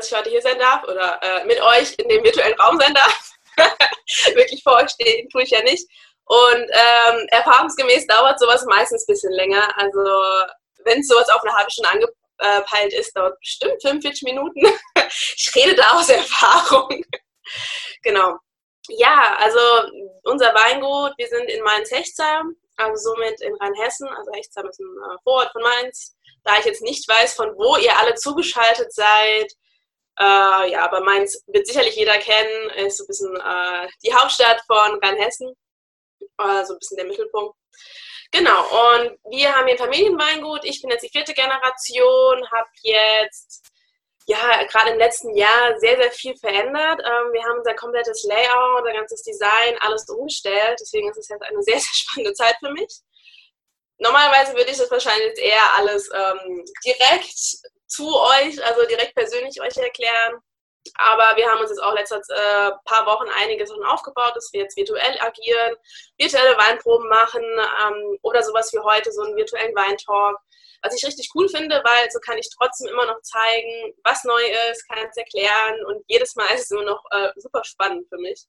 dass ich heute hier sein darf oder mit euch in dem virtuellen Raum sein darf. Wirklich vor euch stehen tue ich ja nicht. Und erfahrungsgemäß dauert sowas meistens ein bisschen länger. Also wenn sowas auf eine halbe Stunde angepeilt ist, dauert bestimmt 45 Minuten. Ich rede da aus Erfahrung. Genau. Ja, also unser Weingut, wir sind in Mainz-Hechtsheim, also somit in Rheinhessen. Also Hechtsheim ist ein Vorort von Mainz. Da ich jetzt nicht weiß, von wo ihr alle zugeschaltet seid, ja, aber Mainz wird sicherlich jeder kennen, ist so ein bisschen die Hauptstadt von Rheinhessen, so ein bisschen der Mittelpunkt. Genau, und wir haben hier ein Familienweingut. Ich bin jetzt die 4. Generation, habe jetzt ja gerade im letzten Jahr sehr, sehr viel verändert. Wir haben unser komplettes Layout, unser ganzes Design, alles umgestellt. Deswegen ist es jetzt eine sehr, sehr spannende Zeit für mich. Normalerweise würde ich das wahrscheinlich jetzt eher alles direkt zu euch, also direkt persönlich euch erklären. Aber wir haben uns jetzt auch letzte paar Wochen einiges schon aufgebaut, dass wir jetzt virtuell agieren, virtuelle Weinproben machen oder sowas wie heute, so einen virtuellen Weintalk. Was ich richtig cool finde, weil so kann ich trotzdem immer noch zeigen, was neu ist, kann es erklären und jedes Mal ist es immer noch super spannend für mich.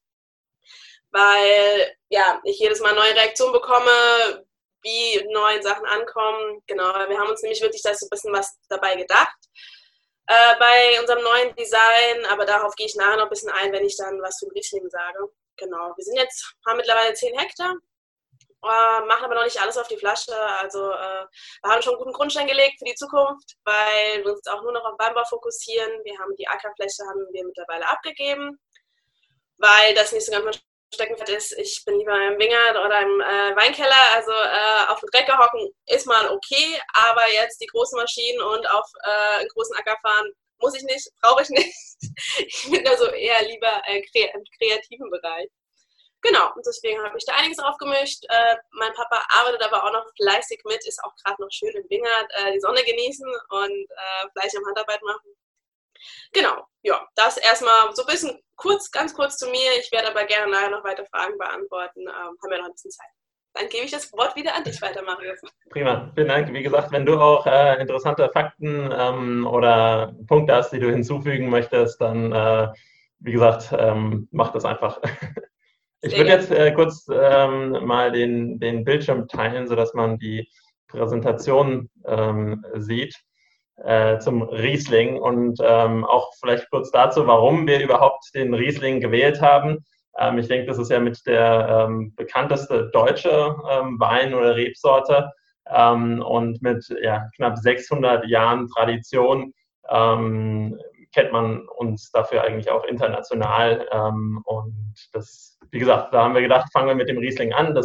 Weil ja, ich jedes Mal neue Reaktionen bekomme, wie neue Sachen ankommen. Genau, wir haben uns nämlich wirklich da so ein bisschen was dabei gedacht bei unserem neuen Design, aber darauf gehe ich nachher noch ein bisschen ein, wenn ich dann was zum Riesling sage. Genau, haben mittlerweile 10 Hektar, machen aber noch nicht alles auf die Flasche. Also wir haben schon einen guten Grundstein gelegt für die Zukunft, weil wir uns auch nur noch auf Weinbau fokussieren. Wir haben die Ackerfläche haben wir mittlerweile abgegeben, weil das nicht so ganz Steckenpferd ist, ich bin lieber im Wingert oder im Weinkeller, also auf dem Trecker hocken ist mal okay, aber jetzt die großen Maschinen und auf einen großen Acker fahren muss ich nicht, brauche ich nicht. Ich bin also eher lieber im kreativen Bereich. Genau, und deswegen habe ich da einiges aufgemischt. Mein Papa arbeitet aber auch noch fleißig mit, ist auch gerade noch schön im Wingert, die Sonne genießen und fleißig am Handarbeit machen. Genau, ja, das erstmal so ein bisschen ganz kurz zu mir. Ich werde aber gerne nachher noch weitere Fragen beantworten. Haben wir noch ein bisschen Zeit. Dann gebe ich das Wort wieder an dich weiter, Marius. Prima, vielen Dank. Wie gesagt, wenn du auch interessante Fakten oder Punkte hast, die du hinzufügen möchtest, dann, wie gesagt, mach das einfach. Ich würde jetzt kurz mal den Bildschirm teilen, sodass man die Präsentation sieht. Zum Riesling und auch vielleicht kurz dazu, warum wir überhaupt den Riesling gewählt haben. Ich denke, das ist ja mit der bekannteste deutsche Wein- oder Rebsorte und mit knapp 600 Jahren Tradition kennt man uns dafür eigentlich auch international. Und das, wie gesagt, da haben wir gedacht, fangen wir mit dem Riesling an.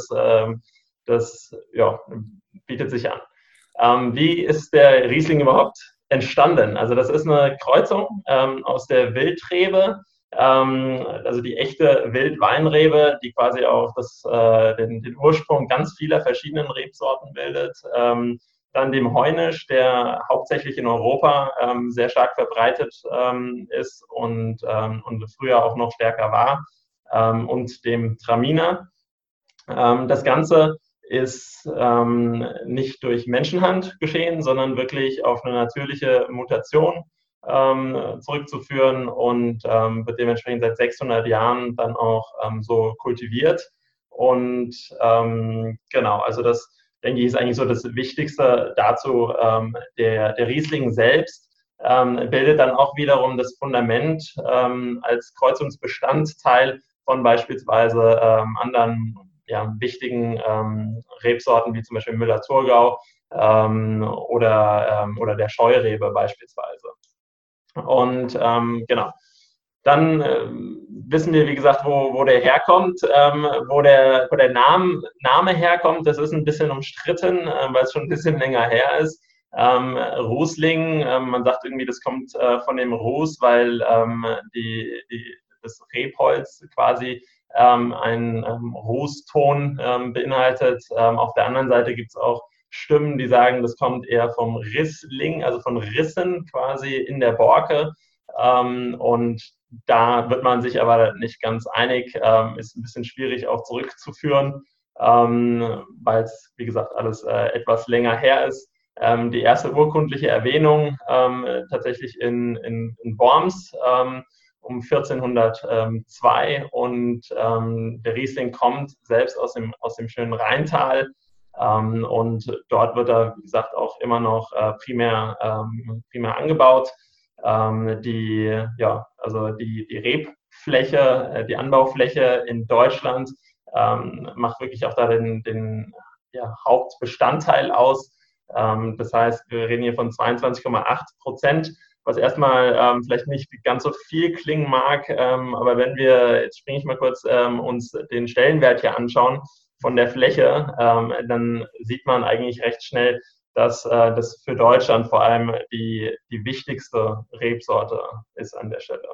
Das bietet sich an. Wie ist der Riesling überhaupt entstanden? Also das ist eine Kreuzung aus der Wildrebe, also die echte Wildweinrebe, die quasi auch den Ursprung ganz vieler verschiedenen Rebsorten bildet. Dann dem Heunisch, der hauptsächlich in Europa sehr stark verbreitet ist und früher auch noch stärker war, und dem Traminer. Das Ganze ist nicht durch Menschenhand geschehen, sondern wirklich auf eine natürliche Mutation zurückzuführen und wird dementsprechend seit 600 Jahren dann auch so kultiviert. Und genau, also das, denke ich, ist eigentlich so das Wichtigste dazu. Der Riesling selbst bildet dann auch wiederum das Fundament als Kreuzungsbestandteil von beispielsweise anderen wichtigen Rebsorten wie zum Beispiel Müller-Thurgau oder der Scheurebe beispielsweise. Und genau, dann wissen wir, wie gesagt, wo der herkommt, wo der Name herkommt. Das ist ein bisschen umstritten, weil es schon ein bisschen länger her ist. Riesling, man sagt irgendwie, das kommt von dem Ruß, weil das Rebholz quasi einen Rußton beinhaltet. Auf der anderen Seite gibt es auch Stimmen, die sagen, das kommt eher vom Rissling, also von Rissen quasi in der Borke. Und da wird man sich aber nicht ganz einig, ist ein bisschen schwierig auch zurückzuführen, weil es, wie gesagt, alles etwas länger her ist. die erste urkundliche Erwähnung tatsächlich in Worms um 1402 und der Riesling kommt selbst aus dem schönen Rheintal und dort wird er, wie gesagt, auch immer noch primär angebaut. Also die Rebfläche, die Anbaufläche in Deutschland macht wirklich auch da den Hauptbestandteil aus. Das heißt, wir reden hier von 22,8%, was erstmal vielleicht nicht ganz so viel klingen mag, aber wenn wir, jetzt springe ich mal kurz, uns den Stellenwert hier anschauen von der Fläche, dann sieht man eigentlich recht schnell, dass das für Deutschland vor allem die wichtigste Rebsorte ist an der Stelle.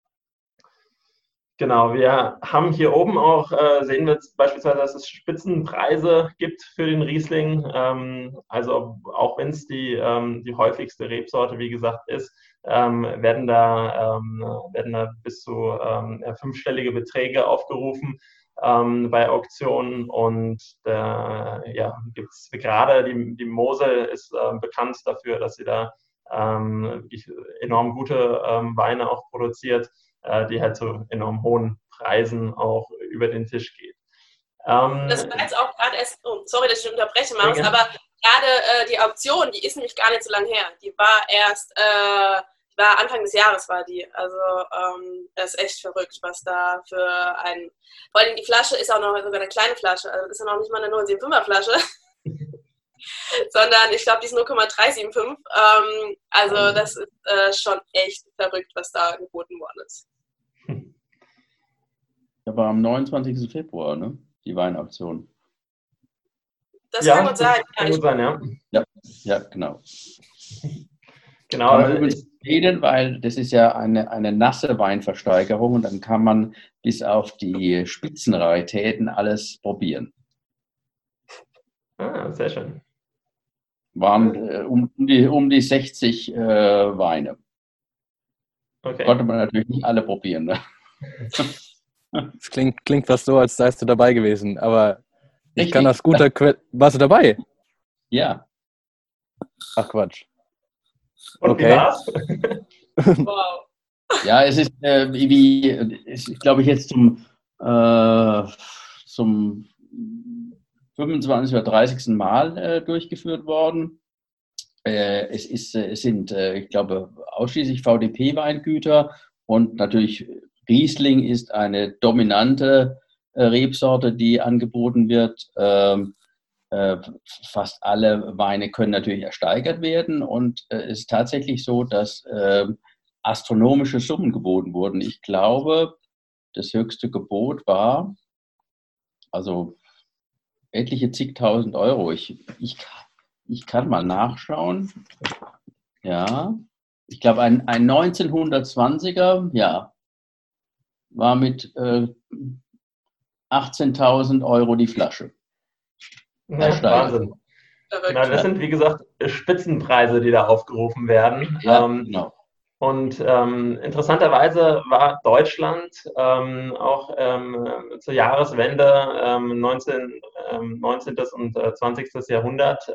Genau, wir haben hier oben auch, sehen wir beispielsweise, dass es Spitzenpreise gibt für den Riesling. Also auch wenn es die häufigste Rebsorte, wie gesagt, ist, werden da bis zu fünfstellige Beträge aufgerufen bei Auktionen. Und gibt's gerade die Mosel ist bekannt dafür, dass sie da wirklich enorm gute Weine auch produziert, die halt zu enorm hohen Preisen auch über den Tisch geht. Das war jetzt auch gerade erst, sorry, dass ich unterbrechen muss, aber gerade die Auktion, die ist nämlich gar nicht so lange her. Die war Anfang des Jahres war die. Also das ist echt verrückt, was da für ein... Vor allem die Flasche ist auch noch sogar eine kleine Flasche, also das ist ja noch nicht mal eine 0,75er Flasche. Sondern ich glaube, die ist 0,375. Also das ist schon echt verrückt, was da geboten worden ist. Das war am 29. Februar, ne? Die Weinauktion. Das kann gut sein. Kann gut sein, ja. Ja, genau. Genau. Kann man übrigens reden, weil das ist ja eine nasse Weinversteigerung und dann kann man bis auf die Spitzenraritäten alles probieren. Sehr schön. Waren um die 60 Weine. Okay. Konnte man natürlich nicht alle probieren. Ne? Das klingt fast so, als seist du dabei gewesen, aber ich Richtig. kann aus guter Quelle... Warst du dabei? Ja. Ach Quatsch. Und okay. Wie war's? Wow. Ja, es ist glaube ich, jetzt zum 25. oder 30. Mal durchgeführt worden. Es sind, ich glaube, ausschließlich VDP-Weingüter und natürlich Riesling ist eine dominante Rebsorte, die angeboten wird. Fast alle Weine können natürlich ersteigert werden und es ist tatsächlich so, dass astronomische Summen geboten wurden. Ich glaube, das höchste Gebot war, also etliche zigtausend Euro. Ich kann mal nachschauen. Ja, ich glaube, ein 1920er, ja, war mit 18.000 Euro die Flasche. Ja, Wahnsinn. Genau, das sind, wie gesagt, Spitzenpreise, die da aufgerufen werden. Ja, genau. Und interessanterweise war Deutschland auch zur Jahreswende 19. und 20. Jahrhundert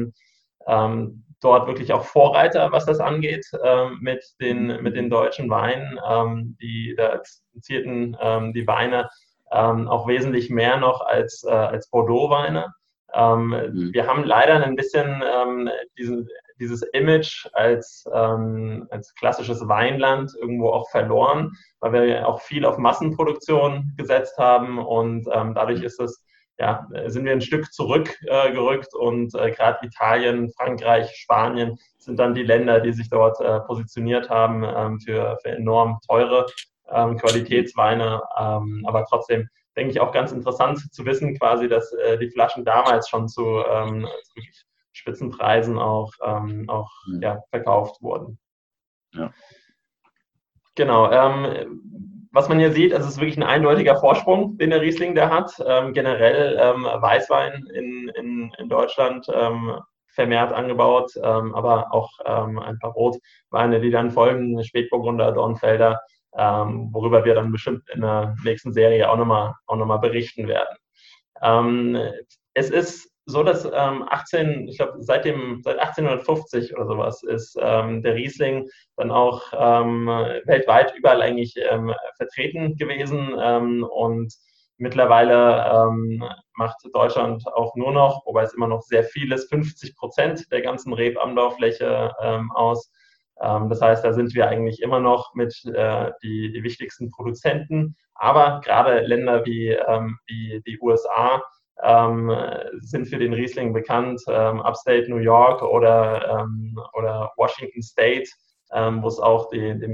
dort wirklich auch Vorreiter, was das angeht, mit den deutschen Weinen. Die da zierten die Weine auch wesentlich mehr noch als Bordeaux-Weine. Wir haben leider ein bisschen dieses Image als klassisches Weinland irgendwo auch verloren, weil wir auch viel auf Massenproduktion gesetzt haben und dadurch sind wir ein Stück zurückgerückt und gerade Italien, Frankreich, Spanien sind dann die Länder, die sich dort positioniert haben für enorm teure Qualitätsweine, aber trotzdem denke ich auch ganz interessant zu wissen, quasi, dass die Flaschen damals schon zu wirklich Spitzenpreisen auch verkauft wurden. Ja. Genau. Was man hier sieht, es ist wirklich ein eindeutiger Vorsprung, den der Riesling da hat. Generell Weißwein in Deutschland vermehrt angebaut, aber auch ein paar Rotweine, die dann folgen, Spätburgunder, Dornfelder, worüber wir dann bestimmt in der nächsten Serie auch nochmal berichten werden. es ist so, dass ich glaube, seit 1850 oder sowas ist der Riesling dann auch weltweit überall eigentlich vertreten gewesen und mittlerweile macht Deutschland auch nur noch, wobei es immer noch sehr viel ist, 50% der ganzen Rebanbaufläche aus. Das heißt, da sind wir eigentlich immer noch mit die wichtigsten Produzenten. Aber gerade Länder wie die USA sind für den Riesling bekannt, Upstate New York oder Washington State, wo es auch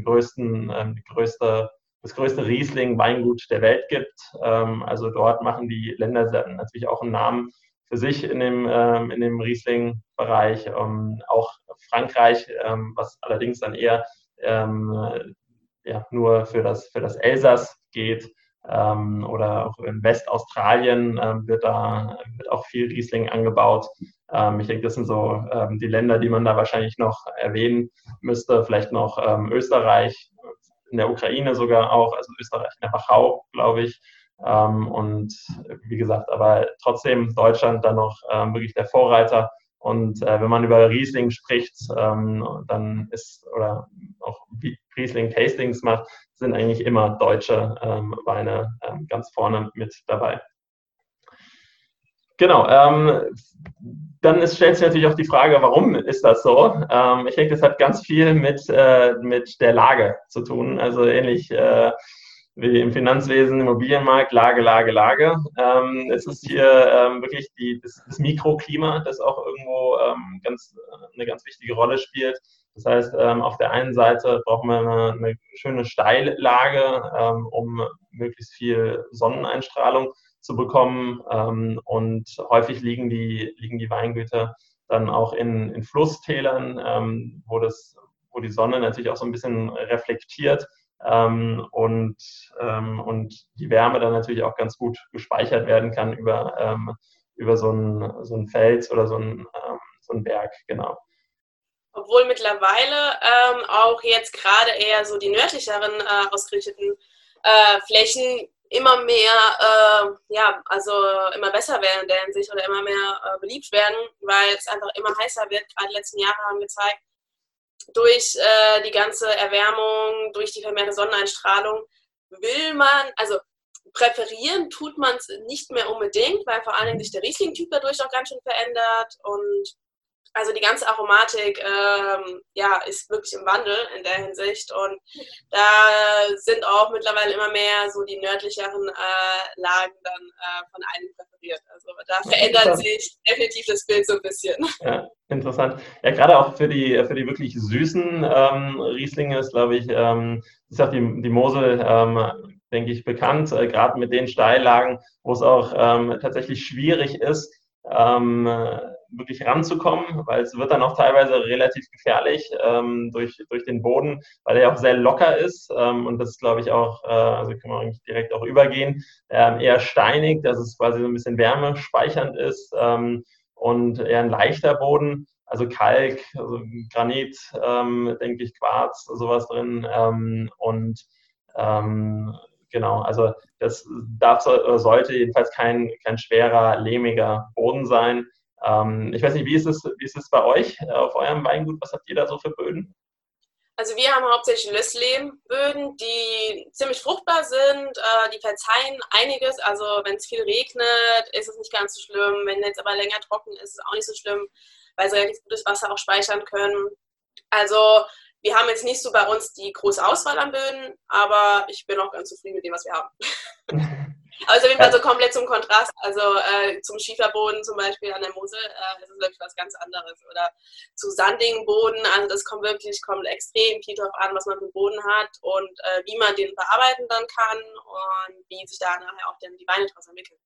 das größte Riesling-Weingut der Welt gibt. Also dort machen die Länder natürlich auch einen Namen für sich in dem Riesling-Bereich. Auch Frankreich, was allerdings dann eher nur für das Elsass geht. Oder auch in Westaustralien wird auch viel Riesling angebaut. Ich denke, das sind so die Länder, die man da wahrscheinlich noch erwähnen müsste. Vielleicht noch Österreich, in der Ukraine sogar auch, also Österreich in der Wachau, glaube ich. Und wie gesagt, aber trotzdem Deutschland dann noch wirklich der Vorreiter. Und wenn man über Riesling spricht, dann oder auch Riesling-Tastings macht, sind eigentlich immer deutsche Weine ganz vorne mit dabei. Genau, dann stellt sich natürlich auch die Frage, warum ist das so? Ich denke, das hat ganz viel mit der Lage zu tun, also ähnlich wie im Finanzwesen, Immobilienmarkt, Lage. Es ist hier wirklich das Mikroklima, das auch irgendwo eine ganz wichtige Rolle spielt. Das heißt, auf der einen Seite braucht man eine schöne Steillage, um möglichst viel Sonneneinstrahlung zu bekommen. Und häufig liegen die Weingüter dann auch in Flusstälern, wo die Sonne natürlich auch so ein bisschen reflektiert. Und die Wärme dann natürlich auch ganz gut gespeichert werden kann über so ein Fels oder so ein Berg, genau. Obwohl mittlerweile auch jetzt gerade eher so die nördlicheren ausgerichteten Flächen immer mehr, also immer besser werden in der Hinsicht oder immer mehr beliebt werden, weil es einfach immer heißer wird. Gerade die letzten Jahre haben gezeigt, durch die ganze Erwärmung, durch die vermehrte Sonneneinstrahlung also präferieren tut man es nicht mehr unbedingt, weil vor allen Dingen sich der Riesling-Typ dadurch auch ganz schön verändert und also die ganze Aromatik ist wirklich im Wandel in der Hinsicht und da sind auch mittlerweile immer mehr so die nördlicheren Lagen dann von einigen präferiert. Also da verändert sich definitiv das Bild so ein bisschen. Ja, interessant. Ja, gerade auch für die wirklich süßen Rieslinge ist, glaube ich, ist auch die Mosel, denke ich, bekannt, gerade mit den Steillagen, wo es auch tatsächlich schwierig ist, wirklich ranzukommen, weil es wird dann auch teilweise relativ gefährlich durch den Boden, weil der auch sehr locker ist und das ist, glaube ich, auch, also kann man eigentlich direkt auch übergehen, eher steinig, dass es quasi so ein bisschen wärmespeichernd ist und eher ein leichter Boden, also Kalk, also Granit, denke ich, Quarz, sowas drin genau, also das sollte jedenfalls kein schwerer, lehmiger Boden sein. Ich weiß nicht, wie ist es bei euch auf eurem Weingut? Was habt ihr da so für Böden? Also wir haben hauptsächlich Lösslehmböden, die ziemlich fruchtbar sind, die verzeihen einiges. Also wenn es viel regnet, ist es nicht ganz so schlimm. Wenn jetzt aber länger trocken ist, ist es auch nicht so schlimm, weil sie relativ gutes Wasser auch speichern können. Also wir haben jetzt nicht so bei uns die große Auswahl an Böden, aber ich bin auch ganz zufrieden mit dem, was wir haben. Aber es ist auf jeden Fall so komplett zum Kontrast, also zum Schieferboden zum Beispiel an der Mosel, das ist wirklich was ganz anderes. Oder zu sandigen Boden, also das kommt extrem viel darauf an, was man für einen Boden hat und wie man den bearbeiten dann kann und wie sich da nachher auch dann die Weine daraus entwickeln.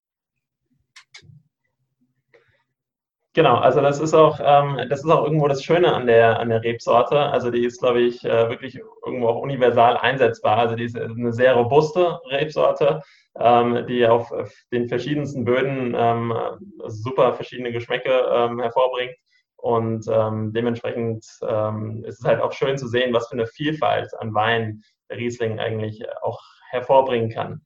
Genau, also das ist auch irgendwo das Schöne an der Rebsorte. Also die ist, glaube ich, wirklich irgendwo auch universal einsetzbar. Also die ist eine sehr robuste Rebsorte, die auf den verschiedensten Böden super verschiedene Geschmäcke hervorbringt. Und dementsprechend ist es halt auch schön zu sehen, was für eine Vielfalt an Wein der Riesling eigentlich auch hervorbringen kann.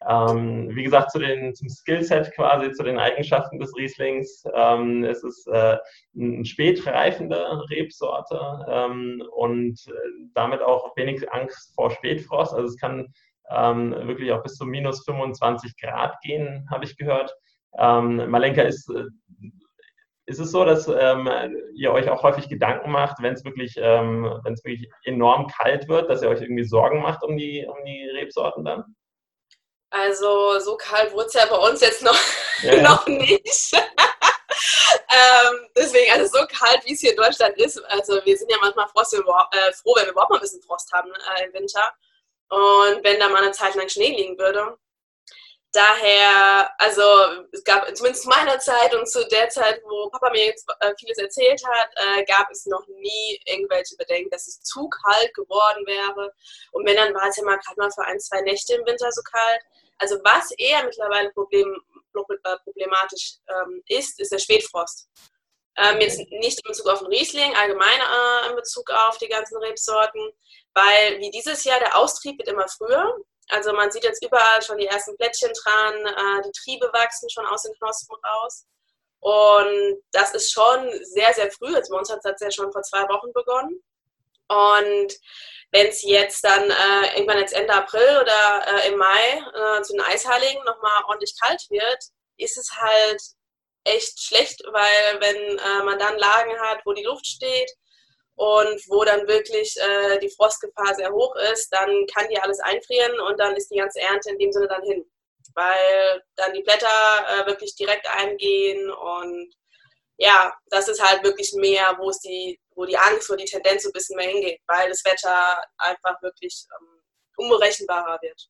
Wie gesagt, zum Skillset quasi, zu den Eigenschaften des Rieslings. Es ist eine spätreifende Rebsorte und damit auch wenig Angst vor Spätfrost. Also es kann wirklich auch bis zu minus 25 Grad gehen, habe ich gehört. Malenka, ist es so, dass ihr euch auch häufig Gedanken macht, wenn es wirklich enorm kalt wird, dass ihr euch irgendwie Sorgen macht um die Rebsorten dann? Also so kalt wurde es ja bei uns jetzt noch, Ja. noch nicht. Deswegen, also so kalt, wie es hier in Deutschland ist, also wir sind ja manchmal froh, wenn wir überhaupt mal ein bisschen Frost haben im Winter. Und wenn da mal eine Zeit lang Schnee liegen würde. Daher, also es gab zumindest zu meiner Zeit und zu der Zeit, wo Papa mir jetzt vieles erzählt hat, gab es noch nie irgendwelche Bedenken, dass es zu kalt geworden wäre. Und wenn, dann war es ja mal gerade mal für 1-2 Nächte im Winter so kalt. Also was eher mittlerweile problematisch ist der Spätfrost. Jetzt nicht in Bezug auf den Riesling, allgemein in Bezug auf die ganzen Rebsorten, weil wie dieses Jahr der Austrieb wird immer früher. Also man sieht jetzt überall schon die ersten Blättchen dran, die Triebe wachsen schon aus den Knospen raus. Und das ist schon sehr, sehr früh. Also bei uns hat es ja schon vor 2 Wochen begonnen. Und wenn es jetzt dann irgendwann jetzt Ende April oder im Mai zu den Eisheiligen nochmal ordentlich kalt wird, ist es halt echt schlecht, weil wenn man dann Lagen hat, wo die Luft steht und wo dann wirklich die Frostgefahr sehr hoch ist, dann kann die alles einfrieren und dann ist die ganze Ernte in dem Sinne dann hin, weil dann die Blätter wirklich direkt eingehen und ja, das ist halt wirklich mehr, wo die Angst, wo die Tendenz so ein bisschen mehr hingeht, weil das Wetter einfach wirklich unberechenbarer wird.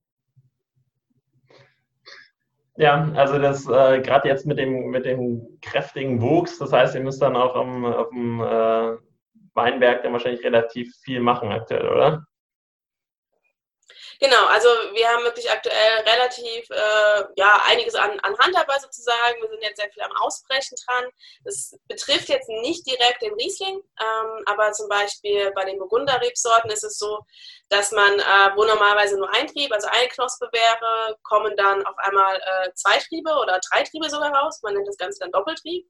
Ja, also das gerade jetzt mit dem kräftigen Wuchs, das heißt, ihr müsst dann auch auf dem Weinberg dann wahrscheinlich relativ viel machen aktuell, oder? Genau, also wir haben wirklich aktuell relativ einiges an Handarbeit sozusagen. Wir sind jetzt sehr viel am Ausbrechen dran. Das betrifft jetzt nicht direkt den Riesling, aber zum Beispiel bei den Burgunder-Rebsorten ist es so, dass man, wo normalerweise nur ein Trieb, also eine Knospe wäre, kommen dann auf einmal 2 Triebe oder 3 Triebe sogar raus. Man nennt das Ganze dann Doppeltrieb.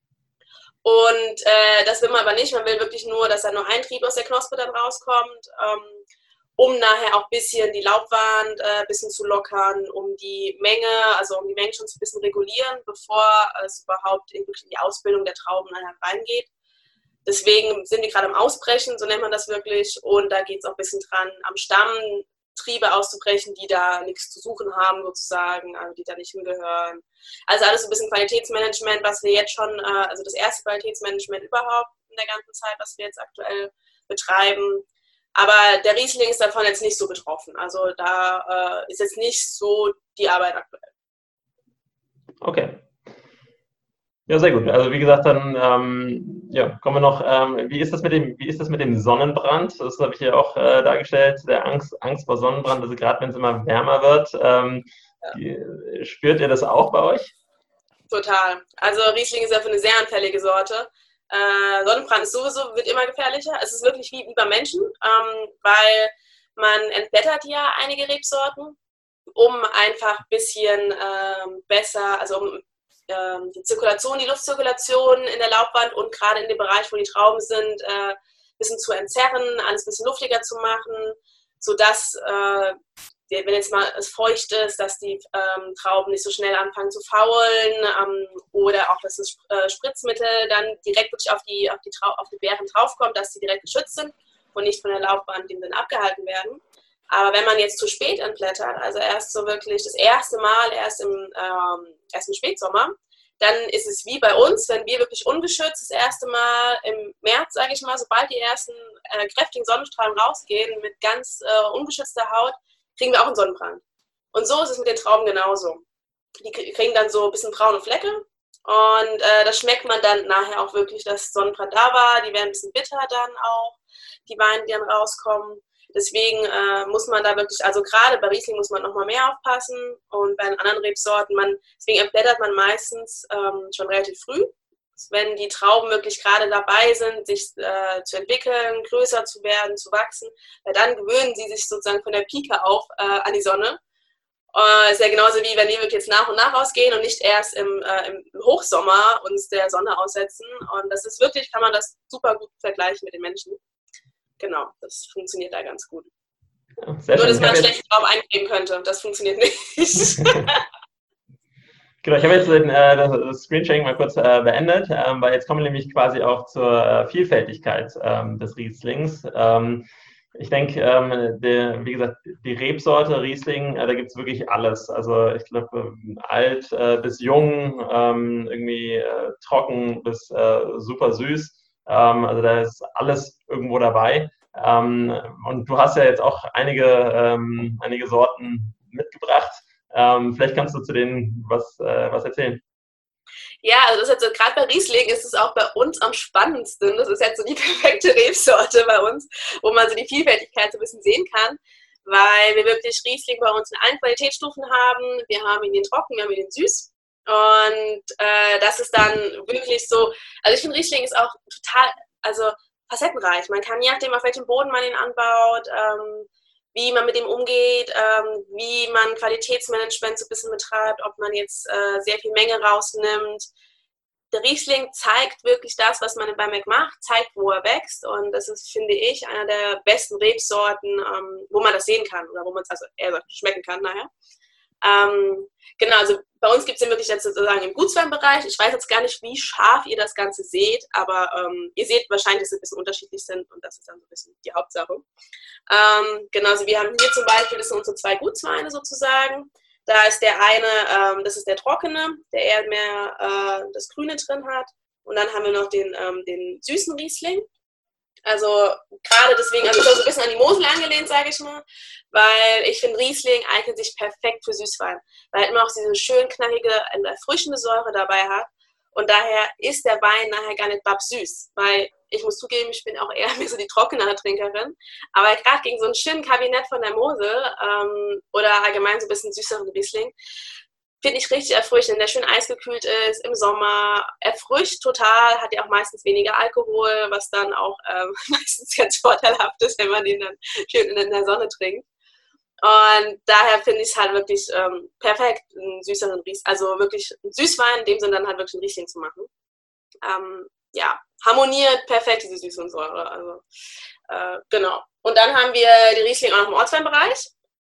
Und das will man aber nicht. Man will wirklich nur, dass da nur ein Trieb aus der Knospe dann rauskommt. Um nachher auch ein bisschen die Laubwand ein bisschen zu lockern, um die Menge schon so ein bisschen regulieren, bevor es überhaupt in die Ausbildung der Trauben nachher reingeht. Deswegen sind wir gerade am Ausbrechen, so nennt man das wirklich, und da geht es auch ein bisschen dran, am Stamm Triebe auszubrechen, die da nichts zu suchen haben sozusagen, also die da nicht hingehören. Also alles so ein bisschen Qualitätsmanagement, was wir jetzt schon, also das erste Qualitätsmanagement überhaupt in der ganzen Zeit, was wir jetzt aktuell betreiben. Aber der Riesling ist davon jetzt nicht so betroffen. Also da ist jetzt nicht so die Arbeit aktuell. Okay. Ja, sehr gut. Also wie gesagt, dann kommen wir noch. Wie ist das mit dem Sonnenbrand? Das habe ich ja auch dargestellt. Der Angst vor Sonnenbrand, also gerade wenn es immer wärmer wird. Spürt ihr das auch bei euch? Total. Also Riesling ist ja für eine sehr anfällige Sorte. Sonnenbrand wird immer gefährlicher. Es ist wirklich wie bei Menschen, weil man entblättert ja einige Rebsorten, um einfach ein bisschen besser, also um die Luftzirkulation in der Laubwand und gerade in dem Bereich, wo die Trauben sind, ein bisschen zu entzerren, alles ein bisschen luftiger zu machen, sodass wenn jetzt mal es feucht ist, dass die Trauben nicht so schnell anfangen zu faulen oder auch, dass das Spritzmittel dann direkt wirklich auf die Beeren draufkommt, dass sie direkt geschützt sind und nicht von der Laubwand in den abgehalten werden. Aber wenn man jetzt zu spät entblättert, also erst so wirklich das erste Mal, erst im Spätsommer, dann ist es wie bei uns, wenn wir wirklich ungeschützt das erste Mal im März, sage ich mal, sobald die ersten kräftigen Sonnenstrahlen rausgehen, mit ganz ungeschützter Haut, kriegen wir auch einen Sonnenbrand. Und so ist es mit den Trauben genauso. Die kriegen dann so ein bisschen braune Flecke und das schmeckt man dann nachher auch wirklich, dass Sonnenbrand da war. Die werden ein bisschen bitter dann auch, die Weine, die dann rauskommen. Deswegen muss man da wirklich, also gerade bei Riesling muss man nochmal mehr aufpassen und bei den anderen Rebsorten, deswegen entblättert man meistens schon relativ früh, wenn die Trauben wirklich gerade dabei sind, sich zu entwickeln, größer zu werden, zu wachsen, weil dann gewöhnen sie sich sozusagen von der Pike auf an die Sonne Ist ja genauso wie wenn wir wirklich jetzt nach und nach rausgehen und nicht erst im Hochsommer uns der Sonne aussetzen. Und das ist wirklich, kann man das super gut vergleichen mit den Menschen. Genau, das funktioniert da ganz gut. Ja, nur, dass man schlecht drauf eincremen könnte. Das funktioniert nicht. Genau, ich habe jetzt das Screensharing mal kurz beendet, weil jetzt kommen wir nämlich quasi auch zur Vielfältigkeit des Rieslings. Ich denke, wie gesagt, die Rebsorte Riesling, da gibt es wirklich alles. Also ich glaube, alt bis jung, irgendwie trocken bis super süß. Also da ist alles irgendwo dabei. Und du hast ja jetzt auch einige Sorten mitgebracht. Vielleicht kannst du zu denen was erzählen. Ja, also das ist jetzt gerade bei Riesling ist es auch bei uns am spannendsten. Das ist jetzt so die perfekte Rebsorte bei uns, wo man so die Vielfältigkeit so ein bisschen sehen kann, weil wir wirklich Riesling bei uns in allen Qualitätsstufen haben. Wir haben ihn den trocken, wir haben ihn den süß. Und das ist dann wirklich so, also ich finde Riesling ist auch total, also facettenreich. Man kann je nachdem, auf welchem Boden man ihn anbaut, wie man mit dem umgeht, wie man Qualitätsmanagement so ein bisschen betreibt, ob man jetzt sehr viel Menge rausnimmt. Der Riesling zeigt wirklich das, was man in Weinberg macht, zeigt, wo er wächst, und das ist, finde ich, einer der besten Rebsorten, wo man das sehen kann oder wo man es also eher schmecken kann nachher. Genau, also bei uns gibt es ja wirklich jetzt sozusagen im Gutsweinbereich. Ich weiß jetzt gar nicht, wie scharf ihr das Ganze seht, aber ihr seht wahrscheinlich, dass sie ein bisschen unterschiedlich sind, und das ist dann so ein bisschen die Hauptsache. Genau, also wir haben hier zum Beispiel, das sind unsere 2 Gutsweine sozusagen. Da ist der eine, das ist der trockene, der eher mehr das Grüne drin hat. Und dann haben wir noch den süßen Riesling. Also gerade deswegen, also so ein bisschen an die Mosel angelehnt, sage ich mal, weil ich finde, Riesling eignet sich perfekt für Süßwein, weil er immer auch diese schön knackige, erfrischende Säure dabei hat, und daher ist der Wein nachher gar nicht babsüß, weil ich muss zugeben, ich bin auch eher mehr so die trockenere Trinkerin, aber gerade gegen so einen schönen Kabinett von der Mosel oder allgemein so ein bisschen süßeren Riesling, finde ich richtig erfrischend, der schön eisgekühlt ist, im Sommer, erfrischt total, hat ja auch meistens weniger Alkohol, was dann auch meistens ganz vorteilhaft ist, wenn man den dann schön in der Sonne trinkt. Und daher finde ich es halt wirklich perfekt, einen süßeren Riesling, also wirklich einen Süßwein, in dem Sinne dann halt wirklich einen Riesling zu machen. Ja, harmoniert perfekt diese Süße und Säure, also genau. Und dann haben wir den Riesling auch noch im Ortsweinbereich.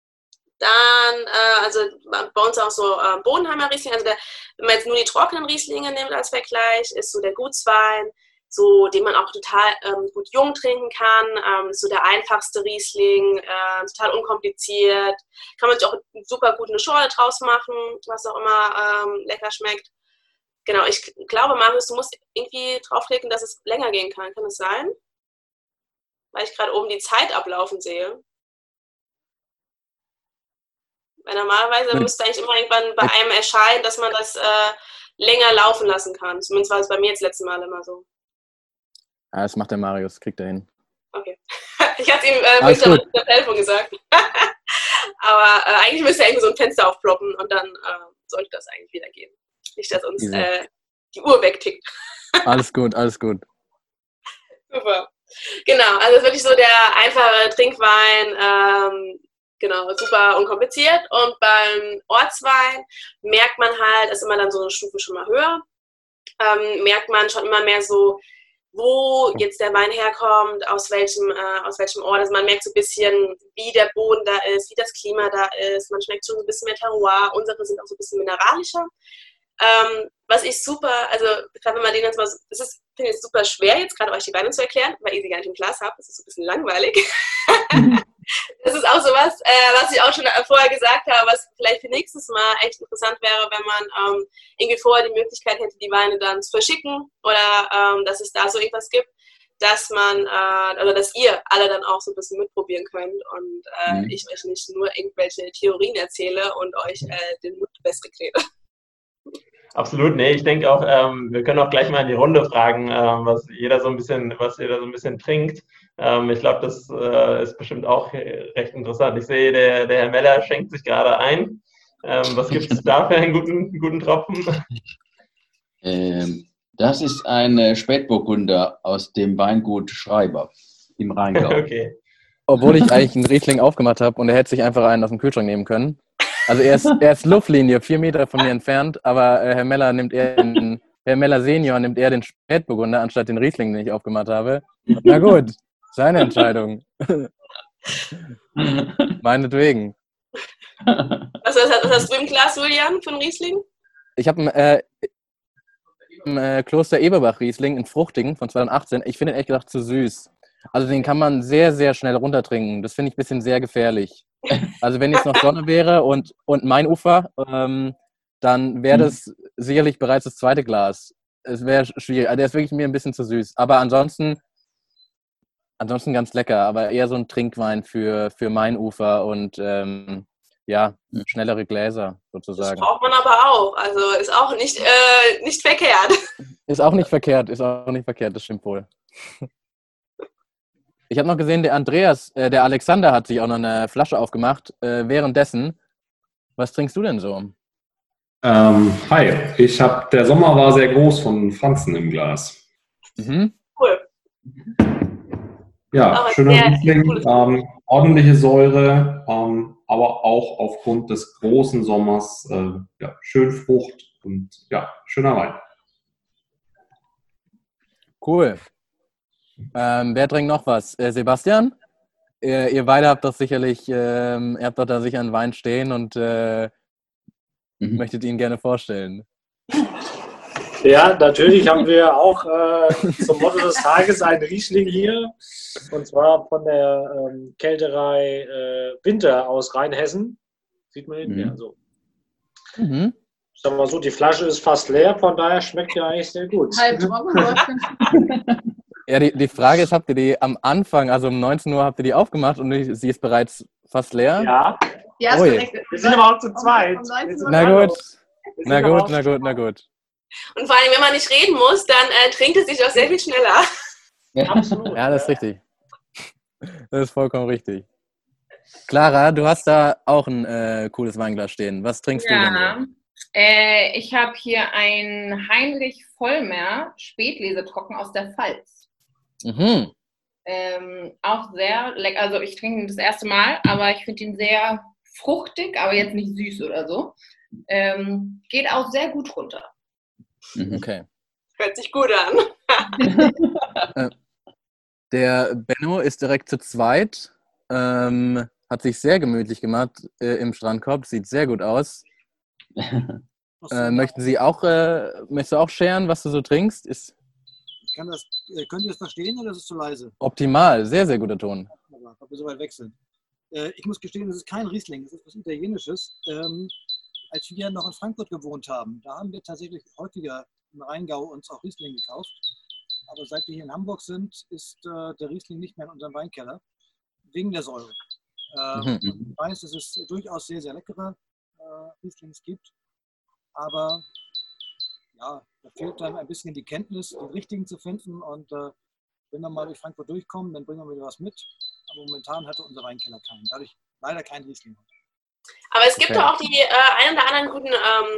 Dann, also bei uns auch so Bodenheimer Riesling, also wenn man jetzt nur die trockenen Rieslinge nimmt als Vergleich, ist so der Gutswein, so, den man auch total gut jung trinken kann, ist so der einfachste Riesling, total unkompliziert, kann man sich auch super gut eine Schorle draus machen, was auch immer lecker schmeckt. Genau, ich glaube, Marius, du musst irgendwie draufklicken, dass es länger gehen kann es sein? Weil ich gerade oben die Zeit ablaufen sehe. Weil normalerweise müsste eigentlich immer irgendwann bei einem erscheinen, dass man das länger laufen lassen kann. Zumindest war es bei mir jetzt letzte Mal immer so. Ja, das macht der Marius, kriegt er hin. Okay. Ich hatte ihm am Telefon gesagt. Aber eigentlich müsste ja irgendwie so ein Fenster aufploppen, und dann sollte das eigentlich wieder gehen. Nicht, dass uns die Uhr wegtickt. Alles gut, alles gut. Super. Genau, also wirklich so der einfache Trinkwein, genau, super unkompliziert. Und beim Ortswein merkt man halt, ist immer dann so eine Stufe schon mal höher, merkt man schon immer mehr so, wo jetzt der Wein herkommt, aus welchem Ort. Also man merkt so ein bisschen, wie der Boden da ist, wie das Klima da ist. Man schmeckt schon so ein bisschen mehr Terroir. Unsere sind auch so ein bisschen mineralischer. Was ich super, also gerade wenn man den jetzt mal, finde ich super schwer, jetzt gerade euch die Weine zu erklären, weil ihr sie gar nicht im Glas habt. Das ist so ein bisschen langweilig. Das ist auch sowas, was ich auch schon vorher gesagt habe, was vielleicht für nächstes Mal echt interessant wäre, wenn man irgendwie vorher die Möglichkeit hätte, die Weine dann zu verschicken, oder dass es da so irgendwas gibt, dass man, oder dass ihr alle dann auch so ein bisschen mitprobieren könnt, und ich euch nicht nur irgendwelche Theorien erzähle und euch den Mund festklebe. Absolut, nee, ich denke auch, wir können auch gleich mal in die Runde fragen, was jeder so ein bisschen trinkt. Ich glaube, das ist bestimmt auch recht interessant. Ich sehe, der Herr Meller schenkt sich gerade ein. Was gibt es da für einen guten Tropfen? Das ist ein Spätburgunder aus dem Weingut Schreiber im Rheingau. Okay. Obwohl ich eigentlich einen Riesling aufgemacht habe und er hätte sich einfach einen aus dem Kühlschrank nehmen können. Also er ist Luftlinie, 4 Meter von mir entfernt, aber Herr Meller Senior nimmt eher den Spätburgunder anstatt den Riesling, den ich aufgemacht habe. Na gut, seine Entscheidung. Meinetwegen. Was hast du im Glas, Julian, von Riesling? Ich habe im Kloster Eberbach Riesling in Fruchtigen von 2018. Ich finde ihn ehrlich gesagt zu süß. Also den kann man sehr, sehr schnell runtertrinken. Das finde ich ein bisschen sehr gefährlich. Also wenn jetzt noch Sonne wäre und Mainufer, dann wäre das sicherlich bereits das zweite Glas. Es wäre schwierig. Also der ist wirklich mir ein bisschen zu süß. Aber ansonsten ganz lecker. Aber eher so ein Trinkwein für Mainufer und schnellere Gläser sozusagen. Das braucht man aber auch. Also ist auch nicht verkehrt. Ist auch nicht verkehrt, das stimmt wohl. Ich habe noch gesehen, der Alexander hat sich auch noch eine Flasche aufgemacht. Währenddessen, was trinkst du denn so? Hi, der Sommer war sehr groß von Franzen im Glas. Mhm. Cool. Ja, schöner Riesling, ordentliche Säure, aber auch aufgrund des großen Sommers schön Frucht und schöner Wein. Cool. Wer trinkt noch was? Sebastian? Ihr beide habt doch sicherlich, ihr habt doch da sicher einen Wein stehen und möchtet ihn gerne vorstellen. Ja, natürlich haben wir auch zum Motto des Tages einen Riesling hier. Und zwar von der Kelterei Winter aus Rheinhessen. Sieht man hinten, ja so. Mhm. Sagen wir mal so, die Flasche ist fast leer, von daher schmeckt ja eigentlich sehr gut. Halb trocken. Ja, die Frage ist, habt ihr die am Anfang, also um 19 Uhr habt ihr die aufgemacht und sie ist bereits fast leer? Ja. Ja, ist korrekt. Wir sind aber auch zu zweit. Na gut. Und vor allem, wenn man nicht reden muss, dann trinkt es sich auch sehr viel schneller. Absolut. Ja, das ist richtig. Das ist vollkommen richtig. Clara, du hast da auch ein cooles Weinglas stehen. Was trinkst du denn? Ich habe hier ein Heinrich Vollmer Spätlesetrocken aus der Pfalz. Mhm. Auch sehr lecker. Also ich trinke ihn das erste Mal, aber ich finde ihn sehr fruchtig, aber jetzt nicht süß oder so. Geht auch sehr gut runter. Okay. Hört sich gut an. Der Benno ist direkt zu zweit. Hat sich sehr gemütlich gemacht im Strandkorb. Sieht sehr gut aus. Möchtest du auch scheren, was du so trinkst? Könnt ihr das verstehen oder ist es zu leise? Optimal, sehr, sehr guter Ton. Aber weil wir so weit weg sind. Ich muss gestehen, es ist kein Riesling, es ist was Italienisches. Als wir noch in Frankfurt gewohnt haben, da haben wir tatsächlich häufiger im Rheingau uns auch Riesling gekauft. Aber seit wir hier in Hamburg sind, ist der Riesling nicht mehr in unserem Weinkeller, wegen der Säure. Ich weiß, dass es durchaus sehr, sehr leckere Rieslings gibt, aber ja, da fehlt dann ein bisschen die Kenntnis, den richtigen zu finden, und wenn wir mal durch Frankfurt durchkommen, dann bringen wir wieder was mit, aber momentan hatte unser Weinkeller keinen, dadurch leider kein Riesling. Aber es gibt auch die ein oder anderen guten